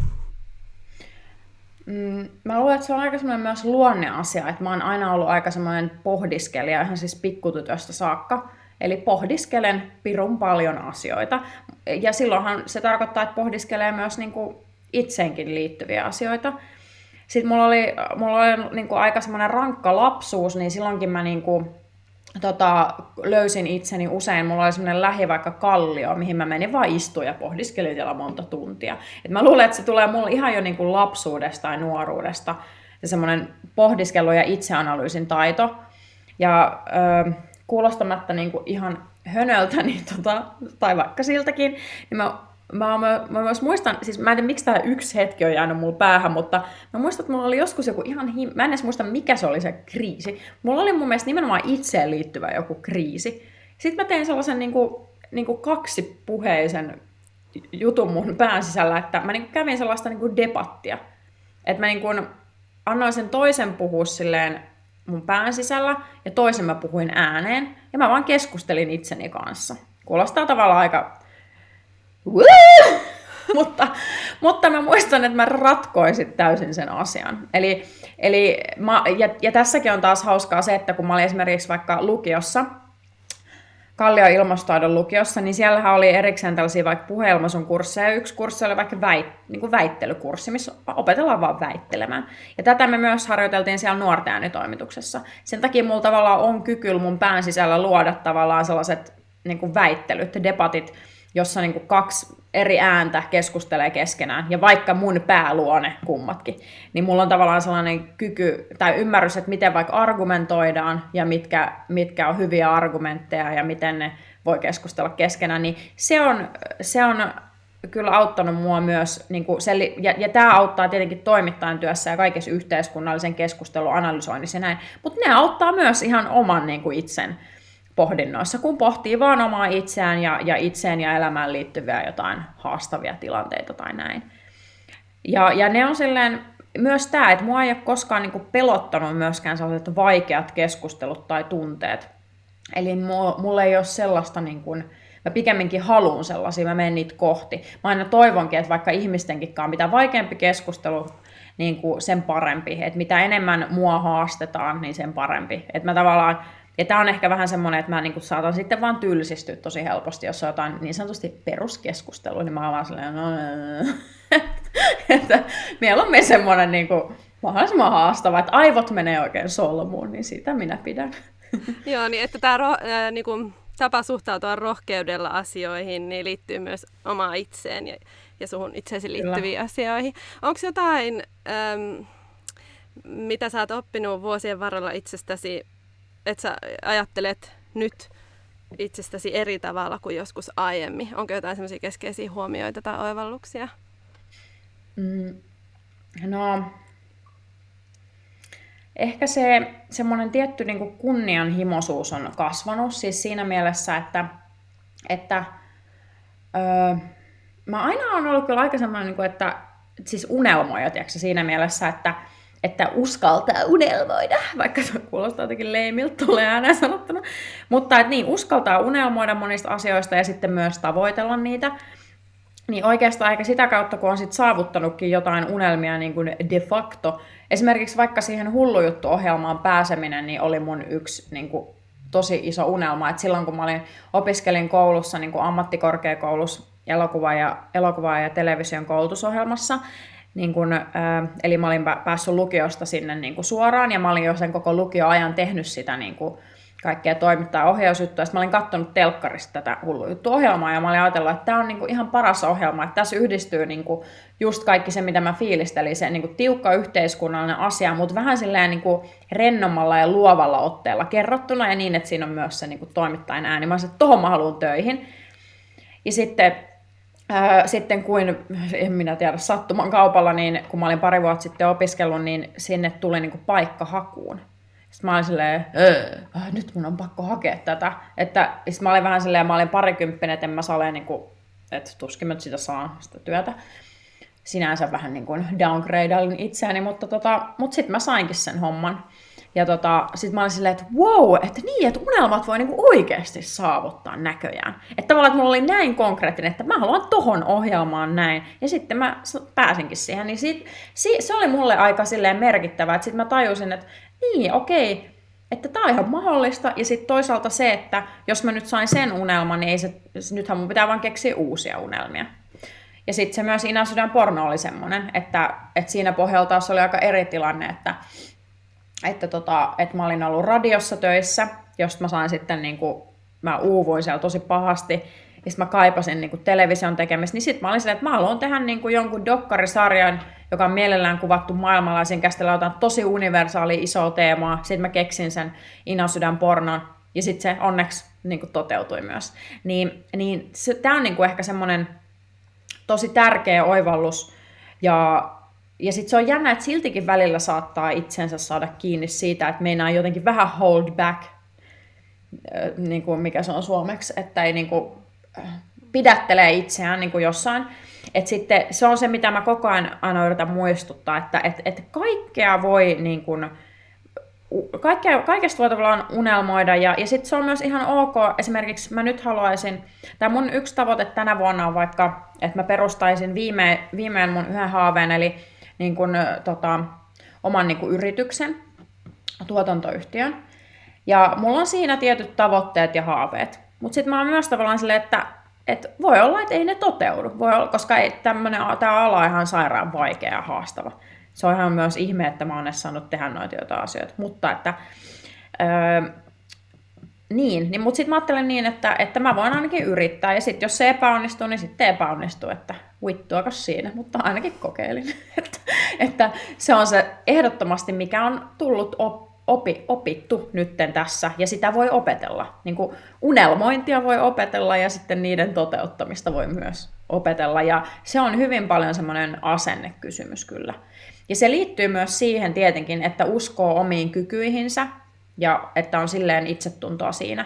Mm, mä luulen, että se on aika semmoinen myös luonneasia, että mä oon aina ollut aika semmoinen pohdiskelija, ihan siis pikkutytöstä saakka. Eli pohdiskelen pirun paljon asioita. Ja silloinhan se tarkoittaa, että pohdiskelee myös niin kuin itseenkin liittyviä asioita. Sitten mulla oli, mulla oli niin kuin aika semmoinen rankka lapsuus, niin silloinkin mä niin kuin Tota, löysin itseni usein, mulla oli semmoinen lähi vaikka kallio, mihin mä menin vaan istuin ja pohdiskelin siellä monta tuntia. Et mä luulen, että se tulee mulle ihan jo niin kuin lapsuudesta tai nuoruudesta, se semmoinen pohdiskelu ja itseanalyysin taito. Ja ö, kuulostamatta niin kuin ihan hönöltä, niin tota, tai vaikka siltäkin, niin mä Mä, mä, mä myös muistan, siis mä en tiedä miksi tämä yksi hetki on jäänyt mulle päähän, mutta mä muistan, että mulla oli joskus joku ihan, him... mä en edes muista mikä se oli se kriisi. Mulla oli mun mielestä nimenomaan itseen liittyvä joku kriisi. Sitten mä tein sellaisen niin kuin, niin kuin kaksipuheisen jutun mun pään sisällä, että mä niin kuin kävin sellaista niin kuin debattia. Että mä niin kuin annoin sen toisen puhua silleen mun pään sisällä ja toisen mä puhuin ääneen ja mä vaan keskustelin itseni kanssa. Kuulostaa tavallaan aika mutta, mutta mä muistan, että mä ratkoin sit täysin sen asian. Eli, eli mä, ja, ja tässäkin on taas hauskaa se, että kun mä olin esimerkiksi vaikka lukiossa, Kallion ilmastotaidon lukiossa, niin siellähän oli erikseen tällaisia vaikka puheilmaisun kursseja. Yksi kurssi oli vaikka väit, niin kuin väittelykurssi, missä opetellaan vaan väittelemään. Ja tätä me myös harjoiteltiin siellä nuorten äänitoimituksessa. Sen takia mulla tavallaan on kyky mun pään sisällä luoda tavallaan sellaiset niin kuin väittelyt, debatit, jossa niin kuin kaksi eri ääntä keskustelee keskenään, ja vaikka mun pääluone kummatkin, niin mulla on tavallaan sellainen kyky tai ymmärrys, että miten vaikka argumentoidaan, ja mitkä, mitkä on hyviä argumentteja, ja miten ne voi keskustella keskenään, niin se on, se on kyllä auttanut mua myös, niin kuin se, ja, ja tämä auttaa tietenkin toimittajan työssä ja kaikessa yhteiskunnallisen keskustelun analysoinnissa ja näin, mutta ne auttaa myös ihan oman niin kuin itsen pohdinnoissa, kun pohtii vaan omaa itseään ja, ja itseen ja elämään liittyviä jotain haastavia tilanteita tai näin. Ja, ja ne on silleen, myös tämä, että mua ei ole koskaan niin kuin pelottanut myöskään sellaiset vaikeat keskustelut tai tunteet. Eli mulla ei ole sellaista, niin kuin, mä pikemminkin haluun sellaisia, mä menen niitä kohti. Mä aina toivonkin, että vaikka ihmistenkinkaan, mitä vaikeampi keskustelu, niin kuin sen parempi. Että mitä enemmän mua haastetaan, niin sen parempi. Että mä tavallaan, ja tämä on ehkä vähän semmoinen, että mä niinku saatan sitten vaan tylsistyä tosi helposti, jos on jotain niin sanotusti peruskeskustelua, niin mä oon vaan silleen, no, että mieluummin semmoinen niinku mahdollisimman haastava, että aivot menee oikein solmuun, niin siitä minä pidän. Joo, niin että tämä ro, äh, niinku, tapa suhtautua rohkeudella asioihin niin liittyy myös omaan itseen ja, ja suhun itseesi liittyviin Kyllä. asioihin. Onko jotain, ähm, mitä sä oot oppinut vuosien varrella itsestäsi, että sä ajattelet nyt itsestäsi eri tavalla kuin joskus aiemmin? Onko jotain semmoisia keskeisiä huomioita tai oivalluksia? Mm, no, ehkä se semmoinen tietty niin kuin kunnianhimoisuus on kasvanut, siis siinä mielessä, että, että öö, mä aina on ollut kyllä aika semmoinen, niin kuin, että siis unelmoija, tiedätkö, siinä mielessä, että, että uskaltaa unelmoida, vaikka se kuulostaa jotenkin leimiltä, tulee ääneen sanottuna, mutta että niin, uskaltaa unelmoida monista asioista ja sitten myös tavoitella niitä, niin oikeastaan eikä sitä kautta, kun on sit saavuttanutkin jotain unelmia niin kuin de facto, esimerkiksi vaikka siihen Hullujuttu-ohjelmaan pääseminen, niin oli mun yksi niin kuin, tosi iso unelma, että silloin kun mä olin, opiskelin koulussa niin kuin ammattikorkeakoulussa elokuva- ja, elokuva- ja television koulutusohjelmassa, niin kun, ää, eli mä olin päässyt lukiosta sinne niin kuin suoraan, ja mä olin jo sen koko lukioajan tehnyt sitä niin kuin, kaikkea toimittaa ohjausjuttua. Sitten mä olin katsonut telkkarista tätä Hullujuttu-ohjelmaa, ja mä olin ajatellut, että tämä on niin kuin ihan paras ohjelma, että tässä yhdistyy niin kuin just kaikki se, mitä mä fiilistelin, se niin kuin tiukka yhteiskunnallinen asia, mutta vähän silleen niin kuin rennommalla ja luovalla otteella kerrottuna, ja niin, että siinä on myös se niin kuin toimittajan ääni. Mä sanoin, että tohon mä haluan töihin. Ja sitten Ää, sitten kuin, en minä tiedä, sattuman kaupalla, niin kun mä olin pari vuotta sitten opiskellut, niin sinne tuli niinku paikka hakuun. Sitten mä olin silleen, äh, nyt mun on pakko hakea tätä. Että, sitten mä olin vähän silleen, mä olin parikymppinen, että en mä saa ole, niinku, että tuskin mä sitä saan sitä työtä. Sinänsä vähän niin kuin downgradeailin itseäni, mutta, tota, mutta sitten mä sainkin sen homman. Ja tota, sit mä olin silleen, että wow, että niin, että unelmat voi niinku oikeasti saavuttaa näköjään. Että tavallaan, että mulla oli näin konkreettinen, että mä haluan tohon ohjelmaan näin. Ja sitten mä pääsinkin siihen. Niin sit, si, se oli mulle aika silleen merkittävää, että sit mä tajusin, että niin, okei, että tää on ihan mahdollista. Ja sitten toisaalta se, että jos mä nyt sain sen unelman, niin ei se, nythän mun pitää vaan keksiä uusia unelmia. Ja sitten se myös Ina Sydän porno oli semmoinen, että, että siinä pohjalta se oli aika eri tilanne, että Että, tota, että mä olin ollut radiossa töissä, josta mä sain sitten, niin kuin, mä uuvuin siellä tosi pahasti, ja sitten mä kaipasin niin kuin television tekemistä, niin sitten mä olin silleen, että mä haluan tehdä niin kuin jonkun dokkarisarjan, joka on mielellään kuvattu maailmalla, ja siinä käsitellään jotain tosi universaalia isoa teemaa. Sitten mä keksin sen Ina Sydän pornon, ja sitten se onneksi niin kuin toteutui myös. Niin, niin se, tää on niin kuin ehkä semmoinen tosi tärkeä oivallus, ja Ja sitten se on jännä, että siltikin välillä saattaa itsensä saada kiinni siitä, että meinaa jotenkin vähän hold back, niin kuin mikä se on suomeksi, että ei niin kuin pidättelee itseään niin kuin jossain. Et sitten se on se, mitä mä koko ajan aina yritän muistuttaa, että et, et kaikkea voi niin kuin, kaikkea, kaikesta voi tavallaan unelmoida, ja, ja sitten se on myös ihan ok, esimerkiksi mä nyt haluaisin, tai mun yksi tavoite tänä vuonna on vaikka, että mä perustaisin viime, viimein mun yhden haaveen, eli niin kun, tota, oman niin kun yrityksen, tuotantoyhtiön. Ja mulla on siinä tietyt tavoitteet ja haaveet. Mutta sitten mä oon myös tavallaan silleen, että et voi olla, että ei ne toteudu, voi olla, koska tämä ala on ihan sairaan vaikea ja haastava. Se on ihan myös ihme, että mä oon edes saanut tehdä noita jotain asioita. Mutta että, öö, niin, niin mutta sitten mä ajattelen niin, että, että mä voin ainakin yrittää, ja sitten jos se epäonnistuu, niin sitten epäonnistuu, että vittuakas siinä, mutta ainakin kokeilin. että, että se on se ehdottomasti, mikä on tullut op, opi, opittu nytten tässä, ja sitä voi opetella. Niin kuin unelmointia voi opetella, ja sitten niiden toteuttamista voi myös opetella, ja se on hyvin paljon semmoinen asennekysymys kyllä. Ja se liittyy myös siihen tietenkin, että uskoo omiin kykyihinsä, ja että on silleen itsetuntoa siinä.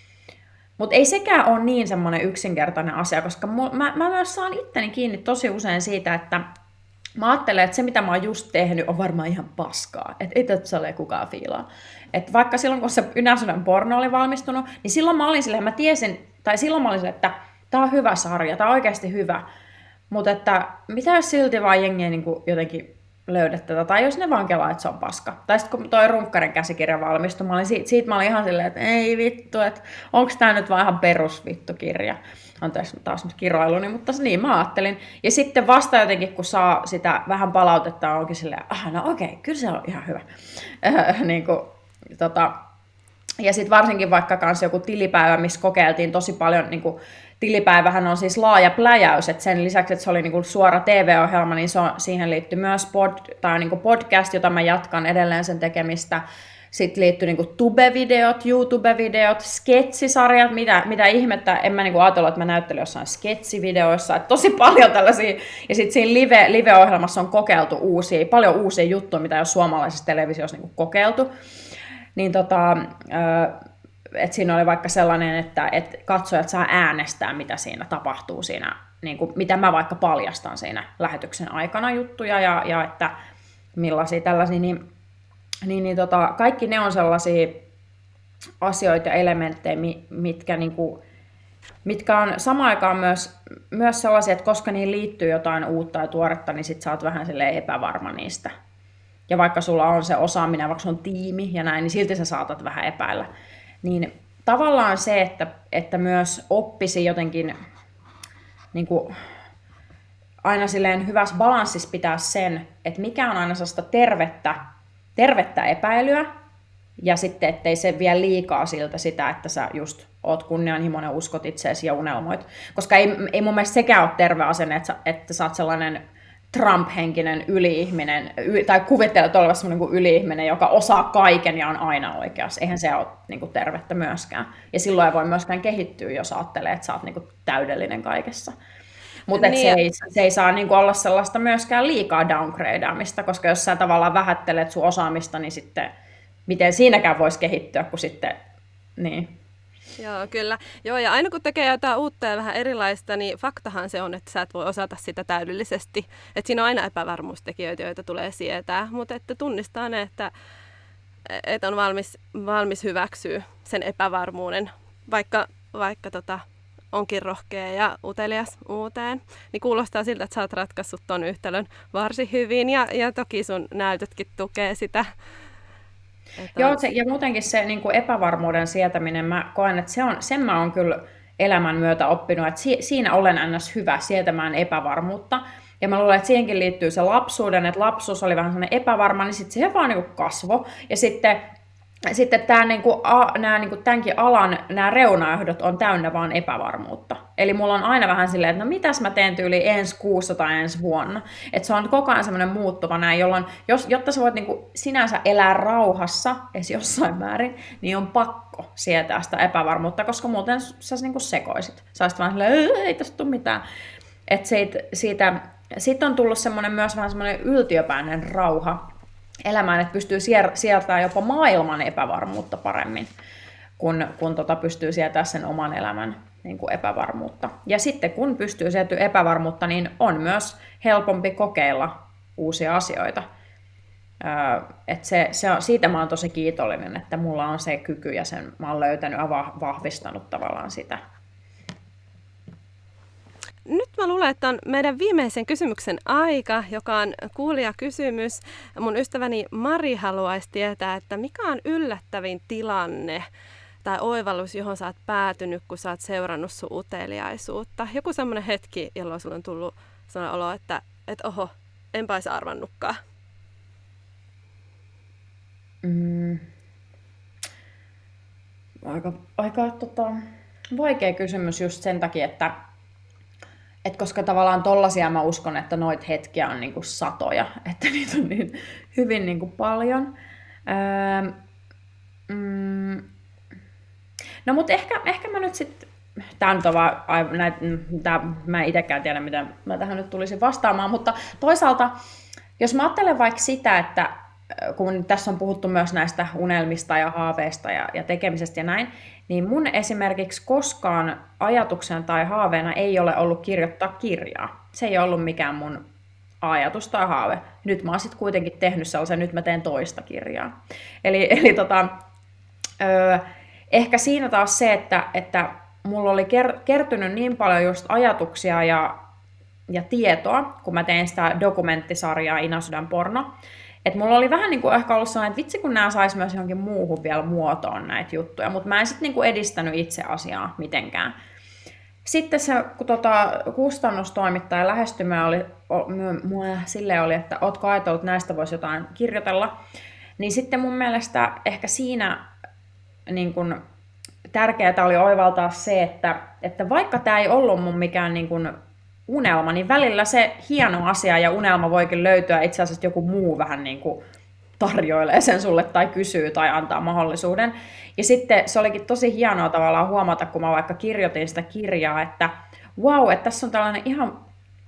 Mutta ei sekään ole niin semmoinen yksinkertainen asia, koska mä, mä myös saan itteni kiinni tosi usein siitä, että mä ajattelen, että se mitä mä oon just tehnyt on varmaan ihan paskaa. Että ei tätä ole kukaan fiilaa. Että vaikka silloin kun se Ina Sydän porno oli valmistunut, niin silloin mä olin silleen, mä tiesin, tai silloin mä olin silleen, että tää on hyvä sarja, tää on oikeasti hyvä. Mutta että mitä jos silti vaan jengiä niin jotenkin löydät tätä, tai jos ne vaan kelaa, että se on paska. Tai sitten kun toi Runkkarin käsikirja valmistui, mä olin siitä, siitä mä olin ihan silleen, että ei vittu, että onks tää nyt vaan ihan perusvittukirja. Anteeksi taas nyt kiroiluni, mutta niin mä ajattelin. Ja sitten vasta jotenkin, kun saa sitä vähän palautetta, onkin silleen, ah no okei, okay, kyllä se on ihan hyvä. Äh, niin kuin, tota. Ja sitten varsinkin vaikka kans joku tilipäivä, missä kokeiltiin tosi paljon, niin kuin, tilipäivähän on siis laaja pläjäys, että sen lisäksi, että se oli niinku suora T V-ohjelma, niin se on, siihen liittyy myös pod, tai niinku podcast, jota mä jatkan edelleen sen tekemistä. Sitten liittyi niinku tube-videot, YouTube-videot, sketsisarjat, mitä, mitä ihmettä, en mä niinku ajatellut, että mä näyttelin jossain sketsivideoissa, että tosi paljon tällaisia, ja sitten siinä live, live-ohjelmassa on kokeiltu uusia, paljon uusia juttuja, mitä ei ole suomalaisessa televisiossa niinku kokeiltu, niin tota, että siinä oli vaikka sellainen, että, että katsojat saa äänestää, mitä siinä tapahtuu siinä, niinku, mitä mä vaikka paljastan siinä lähetyksen aikana juttuja, ja, ja että millaisia tällaisia, niin Niin, niin tota, kaikki ne on sellaisia asioita ja elementtejä, mitkä, niinku, mitkä on samaan aikaan myös, myös sellaisia, että koska niihin liittyy jotain uutta ja tuoretta, niin sit sä oot vähän epävarma niistä. Ja vaikka sulla on se osaaminen, vaikka on tiimi ja näin, niin silti sä saatat vähän epäillä. Niin tavallaan se, että, että myös oppisi jotenkin niinku, aina silleen hyvässä balanssissa pitää sen, että mikä on aina sellaista tervettä, tervettä epäilyä, ja sitten ettei se vie liikaa siltä sitä, että sä just oot kunnianhimoinen, uskot itseesi ja unelmoit. Koska ei, ei mun mielestä sekään ole terve asenne, että sä, että sä oot sellainen Trump-henkinen yli-ihminen, y, tai kuvittelet olevassa sellainen kuin yli-ihminen, joka osaa kaiken ja on aina oikeassa. Eihän se ole niin kuin tervettä myöskään. Ja silloin ei voi myöskään kehittyä, jos ajattelee, että sä oot niin kuin täydellinen kaikessa. Mutta niin. se, ei, se ei saa niinku olla sellaista myöskään liikaa downgradeaamista, koska jos sä tavallaan vähättelet sun osaamista, niin sitten miten siinäkään voisi kehittyä, kun sitten, niin. Joo, kyllä. Joo, ja aina kun tekee jotain uutta ja vähän erilaista, niin faktahan se on, että sä et voi osata sitä täydellisesti. Että siinä on aina epävarmuustekijöitä, joita tulee sietää, mutta että tunnistaa ne, että, että on valmis, valmis hyväksyä sen epävarmuuden, vaikka, vaikka tota, onkin rohkea ja utelias uuteen, niin kuulostaa siltä, että sä oot ratkaissut ton yhtälön varsin hyvin, ja, ja toki sun näytötkin tukee sitä. Että... Joo, se, ja muutenkin se niin kuin epävarmuuden sietäminen, mä koen, että se on, sen mä oon kyllä elämän myötä oppinut, että si, siinä olen ns. Hyvä sietämään epävarmuutta, ja mä luulen, että siihenkin liittyy se lapsuuden, että lapsuus oli vähän sellainen epävarma, niin sitten se vaan niin kuin kasvoi, ja sitten Sitten tämä, niinku, nämä, niinku, tämänkin alan nämä reunaehdot on täynnä vaan epävarmuutta. Eli mulla on aina vähän silleen, että no mitäs mä teen tyyli ensi kuussa tai ensi vuonna. Että se on koko ajan semmoinen muuttuva näin, jolloin jos, jotta sä voit niinku, sinänsä elää rauhassa, edes jossain määrin, niin on pakko sietää sitä epävarmuutta, koska muuten sä niinku sekoisit. Sä olisit vaan silleen, ei tästä tule mitään. Että siitä, siitä, siitä on tullut semmoinen myös vähän semmoinen yltiöpäinen rauha elämään, että pystyy sieltämään jopa maailman epävarmuutta paremmin, kun, kun tota pystyy sieltämään sen oman elämän niin kuin epävarmuutta. Ja sitten kun pystyy sieltämään epävarmuutta, niin on myös helpompi kokeilla uusia asioita. Öö, et se, se on, siitä mä oon tosi kiitollinen, että mulla on se kyky ja sen mä oon löytänyt ja vahvistanut tavallaan sitä. Nyt mä luulen, että on meidän viimeisen kysymyksen aika, joka on kuulijakysymys. Mun ystäväni Mari haluaisi tietää, että mikä on yllättävin tilanne tai oivallus, johon sä oot päätynyt, kun sä oot seurannut sun uteliaisuutta. Joku semmoinen hetki, jolloin sulla on tullut sellainen olo, että et oho, enpä olisi arvannutkaan. Mm. Aika, aika tota, vaikea kysymys just sen takia, että Et koska tavallaan tollasia mä uskon, että noit hetkiä on niinku satoja, että niitä on niin hyvin niinku paljon. Öö, mm, no mut ehkä, ehkä mä nyt sit, tää on vaan, näit, tää, mä en itekään tiedä, mitä mä tähän nyt tulisin vastaamaan, mutta toisaalta, jos mä ajattelen vaikka sitä, että kun tässä on puhuttu myös näistä unelmista ja haaveista ja, ja tekemisestä ja näin, niin mun esimerkiksi koskaan ajatuksena tai haaveena ei ole ollut kirjoittaa kirjaa. Se ei ollut mikään mun ajatus tai haave. Nyt mä oon sitten kuitenkin tehnyt sellaisen, nyt mä teen toista kirjaa. Eli, eli tota, ö, ehkä siinä taas se, että, että mulla oli ker- kertynyt niin paljon just ajatuksia ja, ja tietoa, kun mä tein sitä dokumenttisarjaa Inasydän porno, että mulla oli vähän niin kuin ehkä ollut sellainen, että vitsi kun nämä sais myös johonkin muuhun vielä muotoon näitä juttuja, mutta mä en sitten niin kuin edistänyt itse asiaa mitenkään. Sitten se kun tota, kustannustoimittaja lähestymä oli, mua silleen oli, että ootko ajatellut, että näistä voisi jotain kirjoitella, niin sitten mun mielestä ehkä siinä niin kuin, tärkeää oli oivaltaa se, että, että vaikka tämä ei ollut mun mikään niin kuin, unelma, niin välillä se hieno asia ja unelma voikin löytyä itse asiassa joku muu vähän niin kuin tarjoilee sen sulle tai kysyy tai antaa mahdollisuuden. Ja sitten se olikin tosi hienoa tavallaan huomata, kun mä vaikka kirjoitin sitä kirjaa, että wow, että tässä on tällainen ihan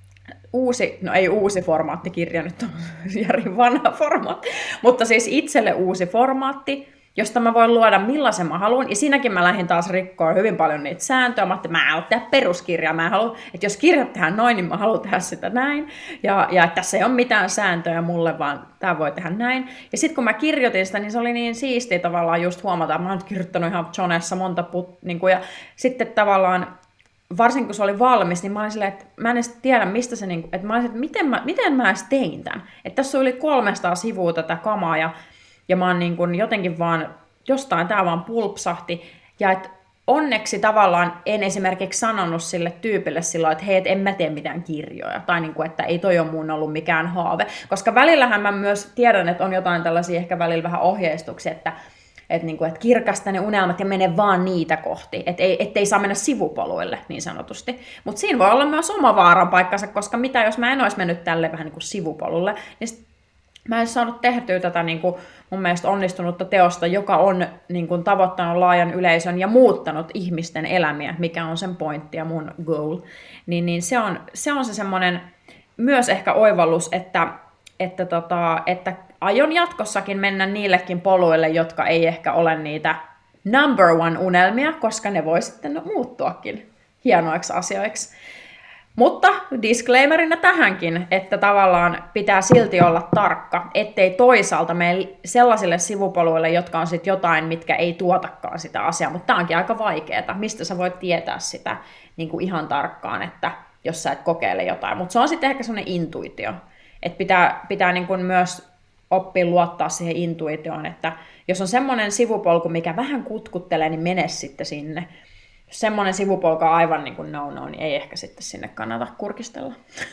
uusi, no ei uusi formaaattikirja, nyt on järin vanha formaatti, mutta siis itselle uusi formaatti, josta mä voin luoda millaisen mä haluan. Ja siinäkin mä lähdin taas rikkoa hyvin paljon niitä sääntöjä. Mä ajattelin, että mä en halua tehdä peruskirjaa. Mä en halua, että jos kirjat tehdään noin, niin mä haluan tehdä sitä näin. Ja, ja että tässä ei ole mitään sääntöjä mulle, vaan tää voi tehdä näin. Ja sitten kun mä kirjoitin sitä, niin se oli niin siistiä tavallaan just huomata, että mä oon kirjoittanut ihan Jonessa monta put, niin kuin, ja sitten tavallaan varsinkin kun se oli valmis, niin mä olin silleen, että mä en edes tiedä, mistä se, niin kuin, että mä olin, että miten mä, miten mä edes tein tämän. Että tässä on yli kolmesataa sivua tätä kamaa, ja Ja mä oon niin kun jotenkin vaan, jostain tää vaan pulpsahti. Ja et onneksi tavallaan en esimerkiksi sanonut sille tyypille silloin, että hei, et en mä tee mitään kirjoja. Tai niin kun, että ei toi ole mun ollut mikään haave. Koska välillähän mä myös tiedän, että on jotain tällaisia ehkä välillä vähän ohjeistuksia, että et niin kun, et kirkasta ne unelmat ja mene vaan niitä kohti. Että ei, ettei saa mennä sivupoluille niin sanotusti. Mutta siinä voi olla myös oma vaaran paikkansa, koska mitä jos mä en olisi mennyt tälle vähän niin kuin sivupolulle, niin sit mä en saanut tehtyä tätä niin kuin mun mielestä onnistunutta teosta, joka on niin kuin tavoittanut laajan yleisön ja muuttanut ihmisten elämiä, mikä on sen pointti ja mun goal. Niin, niin se on se, on se semmoinen myös ehkä oivallus, että, että, tota, että aion jatkossakin mennä niillekin poluille, jotka ei ehkä ole niitä number one unelmia, koska ne voi sitten muuttuakin hienoiksi asioiksi. Mutta disclaimerina tähänkin, että tavallaan pitää silti olla tarkka, ettei toisaalta mene sellaisille sivupoluille, jotka on sitten jotain, mitkä ei tuotakaan sitä asiaa. Mutta tämä onkin aika vaikeaa. Mistä sä voit tietää sitä niin kuin ihan tarkkaan, että jos sä et kokeile jotain. Mutta se on sitten ehkä sellainen intuitio. Että pitää, pitää niin kuin myös oppia luottaa siihen intuitioon, että jos on semmoinen sivupolku, mikä vähän kutkuttelee, niin mene sitten sinne. Jos semmoinen sivupolku on aivan niin kuin no-no, niin ei ehkä sitten sinne kannata kurkistella.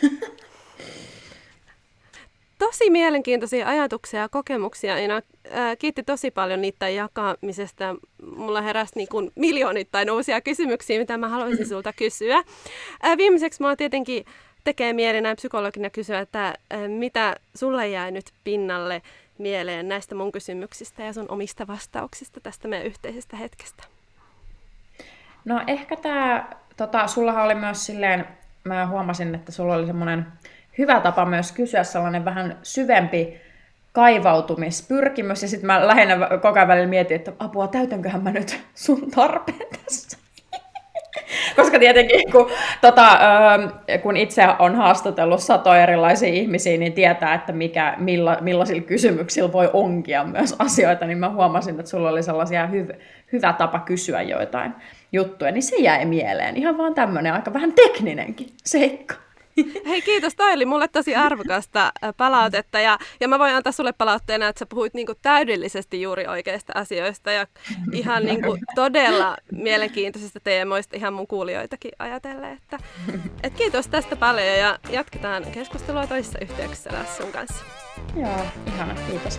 Tosi mielenkiintoisia ajatuksia ja kokemuksia. Ina, ää, kiitti tosi paljon niiden jakamisesta. Mulla heräsi niin kuin miljoonittain uusia kysymyksiä, mitä mä haluaisin sulta kysyä. Ää, viimeiseksi mua tietenkin tekee mieli näin psykologina kysyä, että ää, mitä sulle jäi nyt pinnalle mieleen näistä mun kysymyksistä ja sun omista vastauksista tästä meidän yhteisestä hetkestä? No ehkä tämä, tota, sullahan oli myös silleen, mä huomasin, että sulla oli semmoinen hyvä tapa myös kysyä sellainen vähän syvempi kaivautumispyrkimys, ja sitten mä lähinnä koko ajan välillä mietin, että apua, täytänköhän mä nyt sun tarpeen tässä? Koska tietenkin, kun, tota, kun itse on haastatellut satoja erilaisia ihmisiä, niin tietää, että mikä, milla, millaisilla kysymyksillä voi onkia myös asioita, niin mä huomasin, että sulla oli sellaisia hyv- hyvä tapa kysyä joitain juttuja, niin se jäi mieleen. Ihan vaan tämmöinen aika vähän tekninenkin seikka. Hei, kiitos. Toi oli mulle tosi arvokasta palautetta ja, ja mä voin antaa sulle palautteena, että sä puhuit niinku täydellisesti juuri oikeista asioista ja ihan niinku todella mielenkiintoisista teemoista ihan mun kuulijoitakin ajatellen. Että, et kiitos tästä paljon ja jatketaan keskustelua toisessa yhteyksissä sun kanssa. Joo, ihana. Kiitos.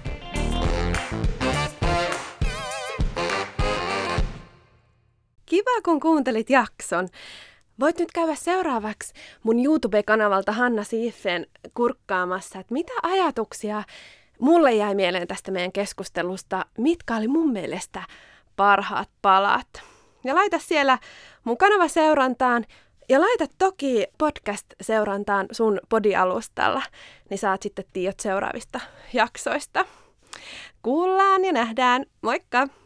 Kiva, kun kuuntelit jakson. Voit nyt käydä seuraavaksi mun YouTube-kanavalta Hanna Siifen kurkkaamassa, että mitä ajatuksia mulle jäi mieleen tästä meidän keskustelusta, mitkä oli mun mielestä parhaat palat. Ja laita siellä mun kanava seurantaan ja laita toki podcast-seurantaan sun podialustalla, niin saat sitten tiedot seuraavista jaksoista. Kuullaan ja nähdään. Moikka!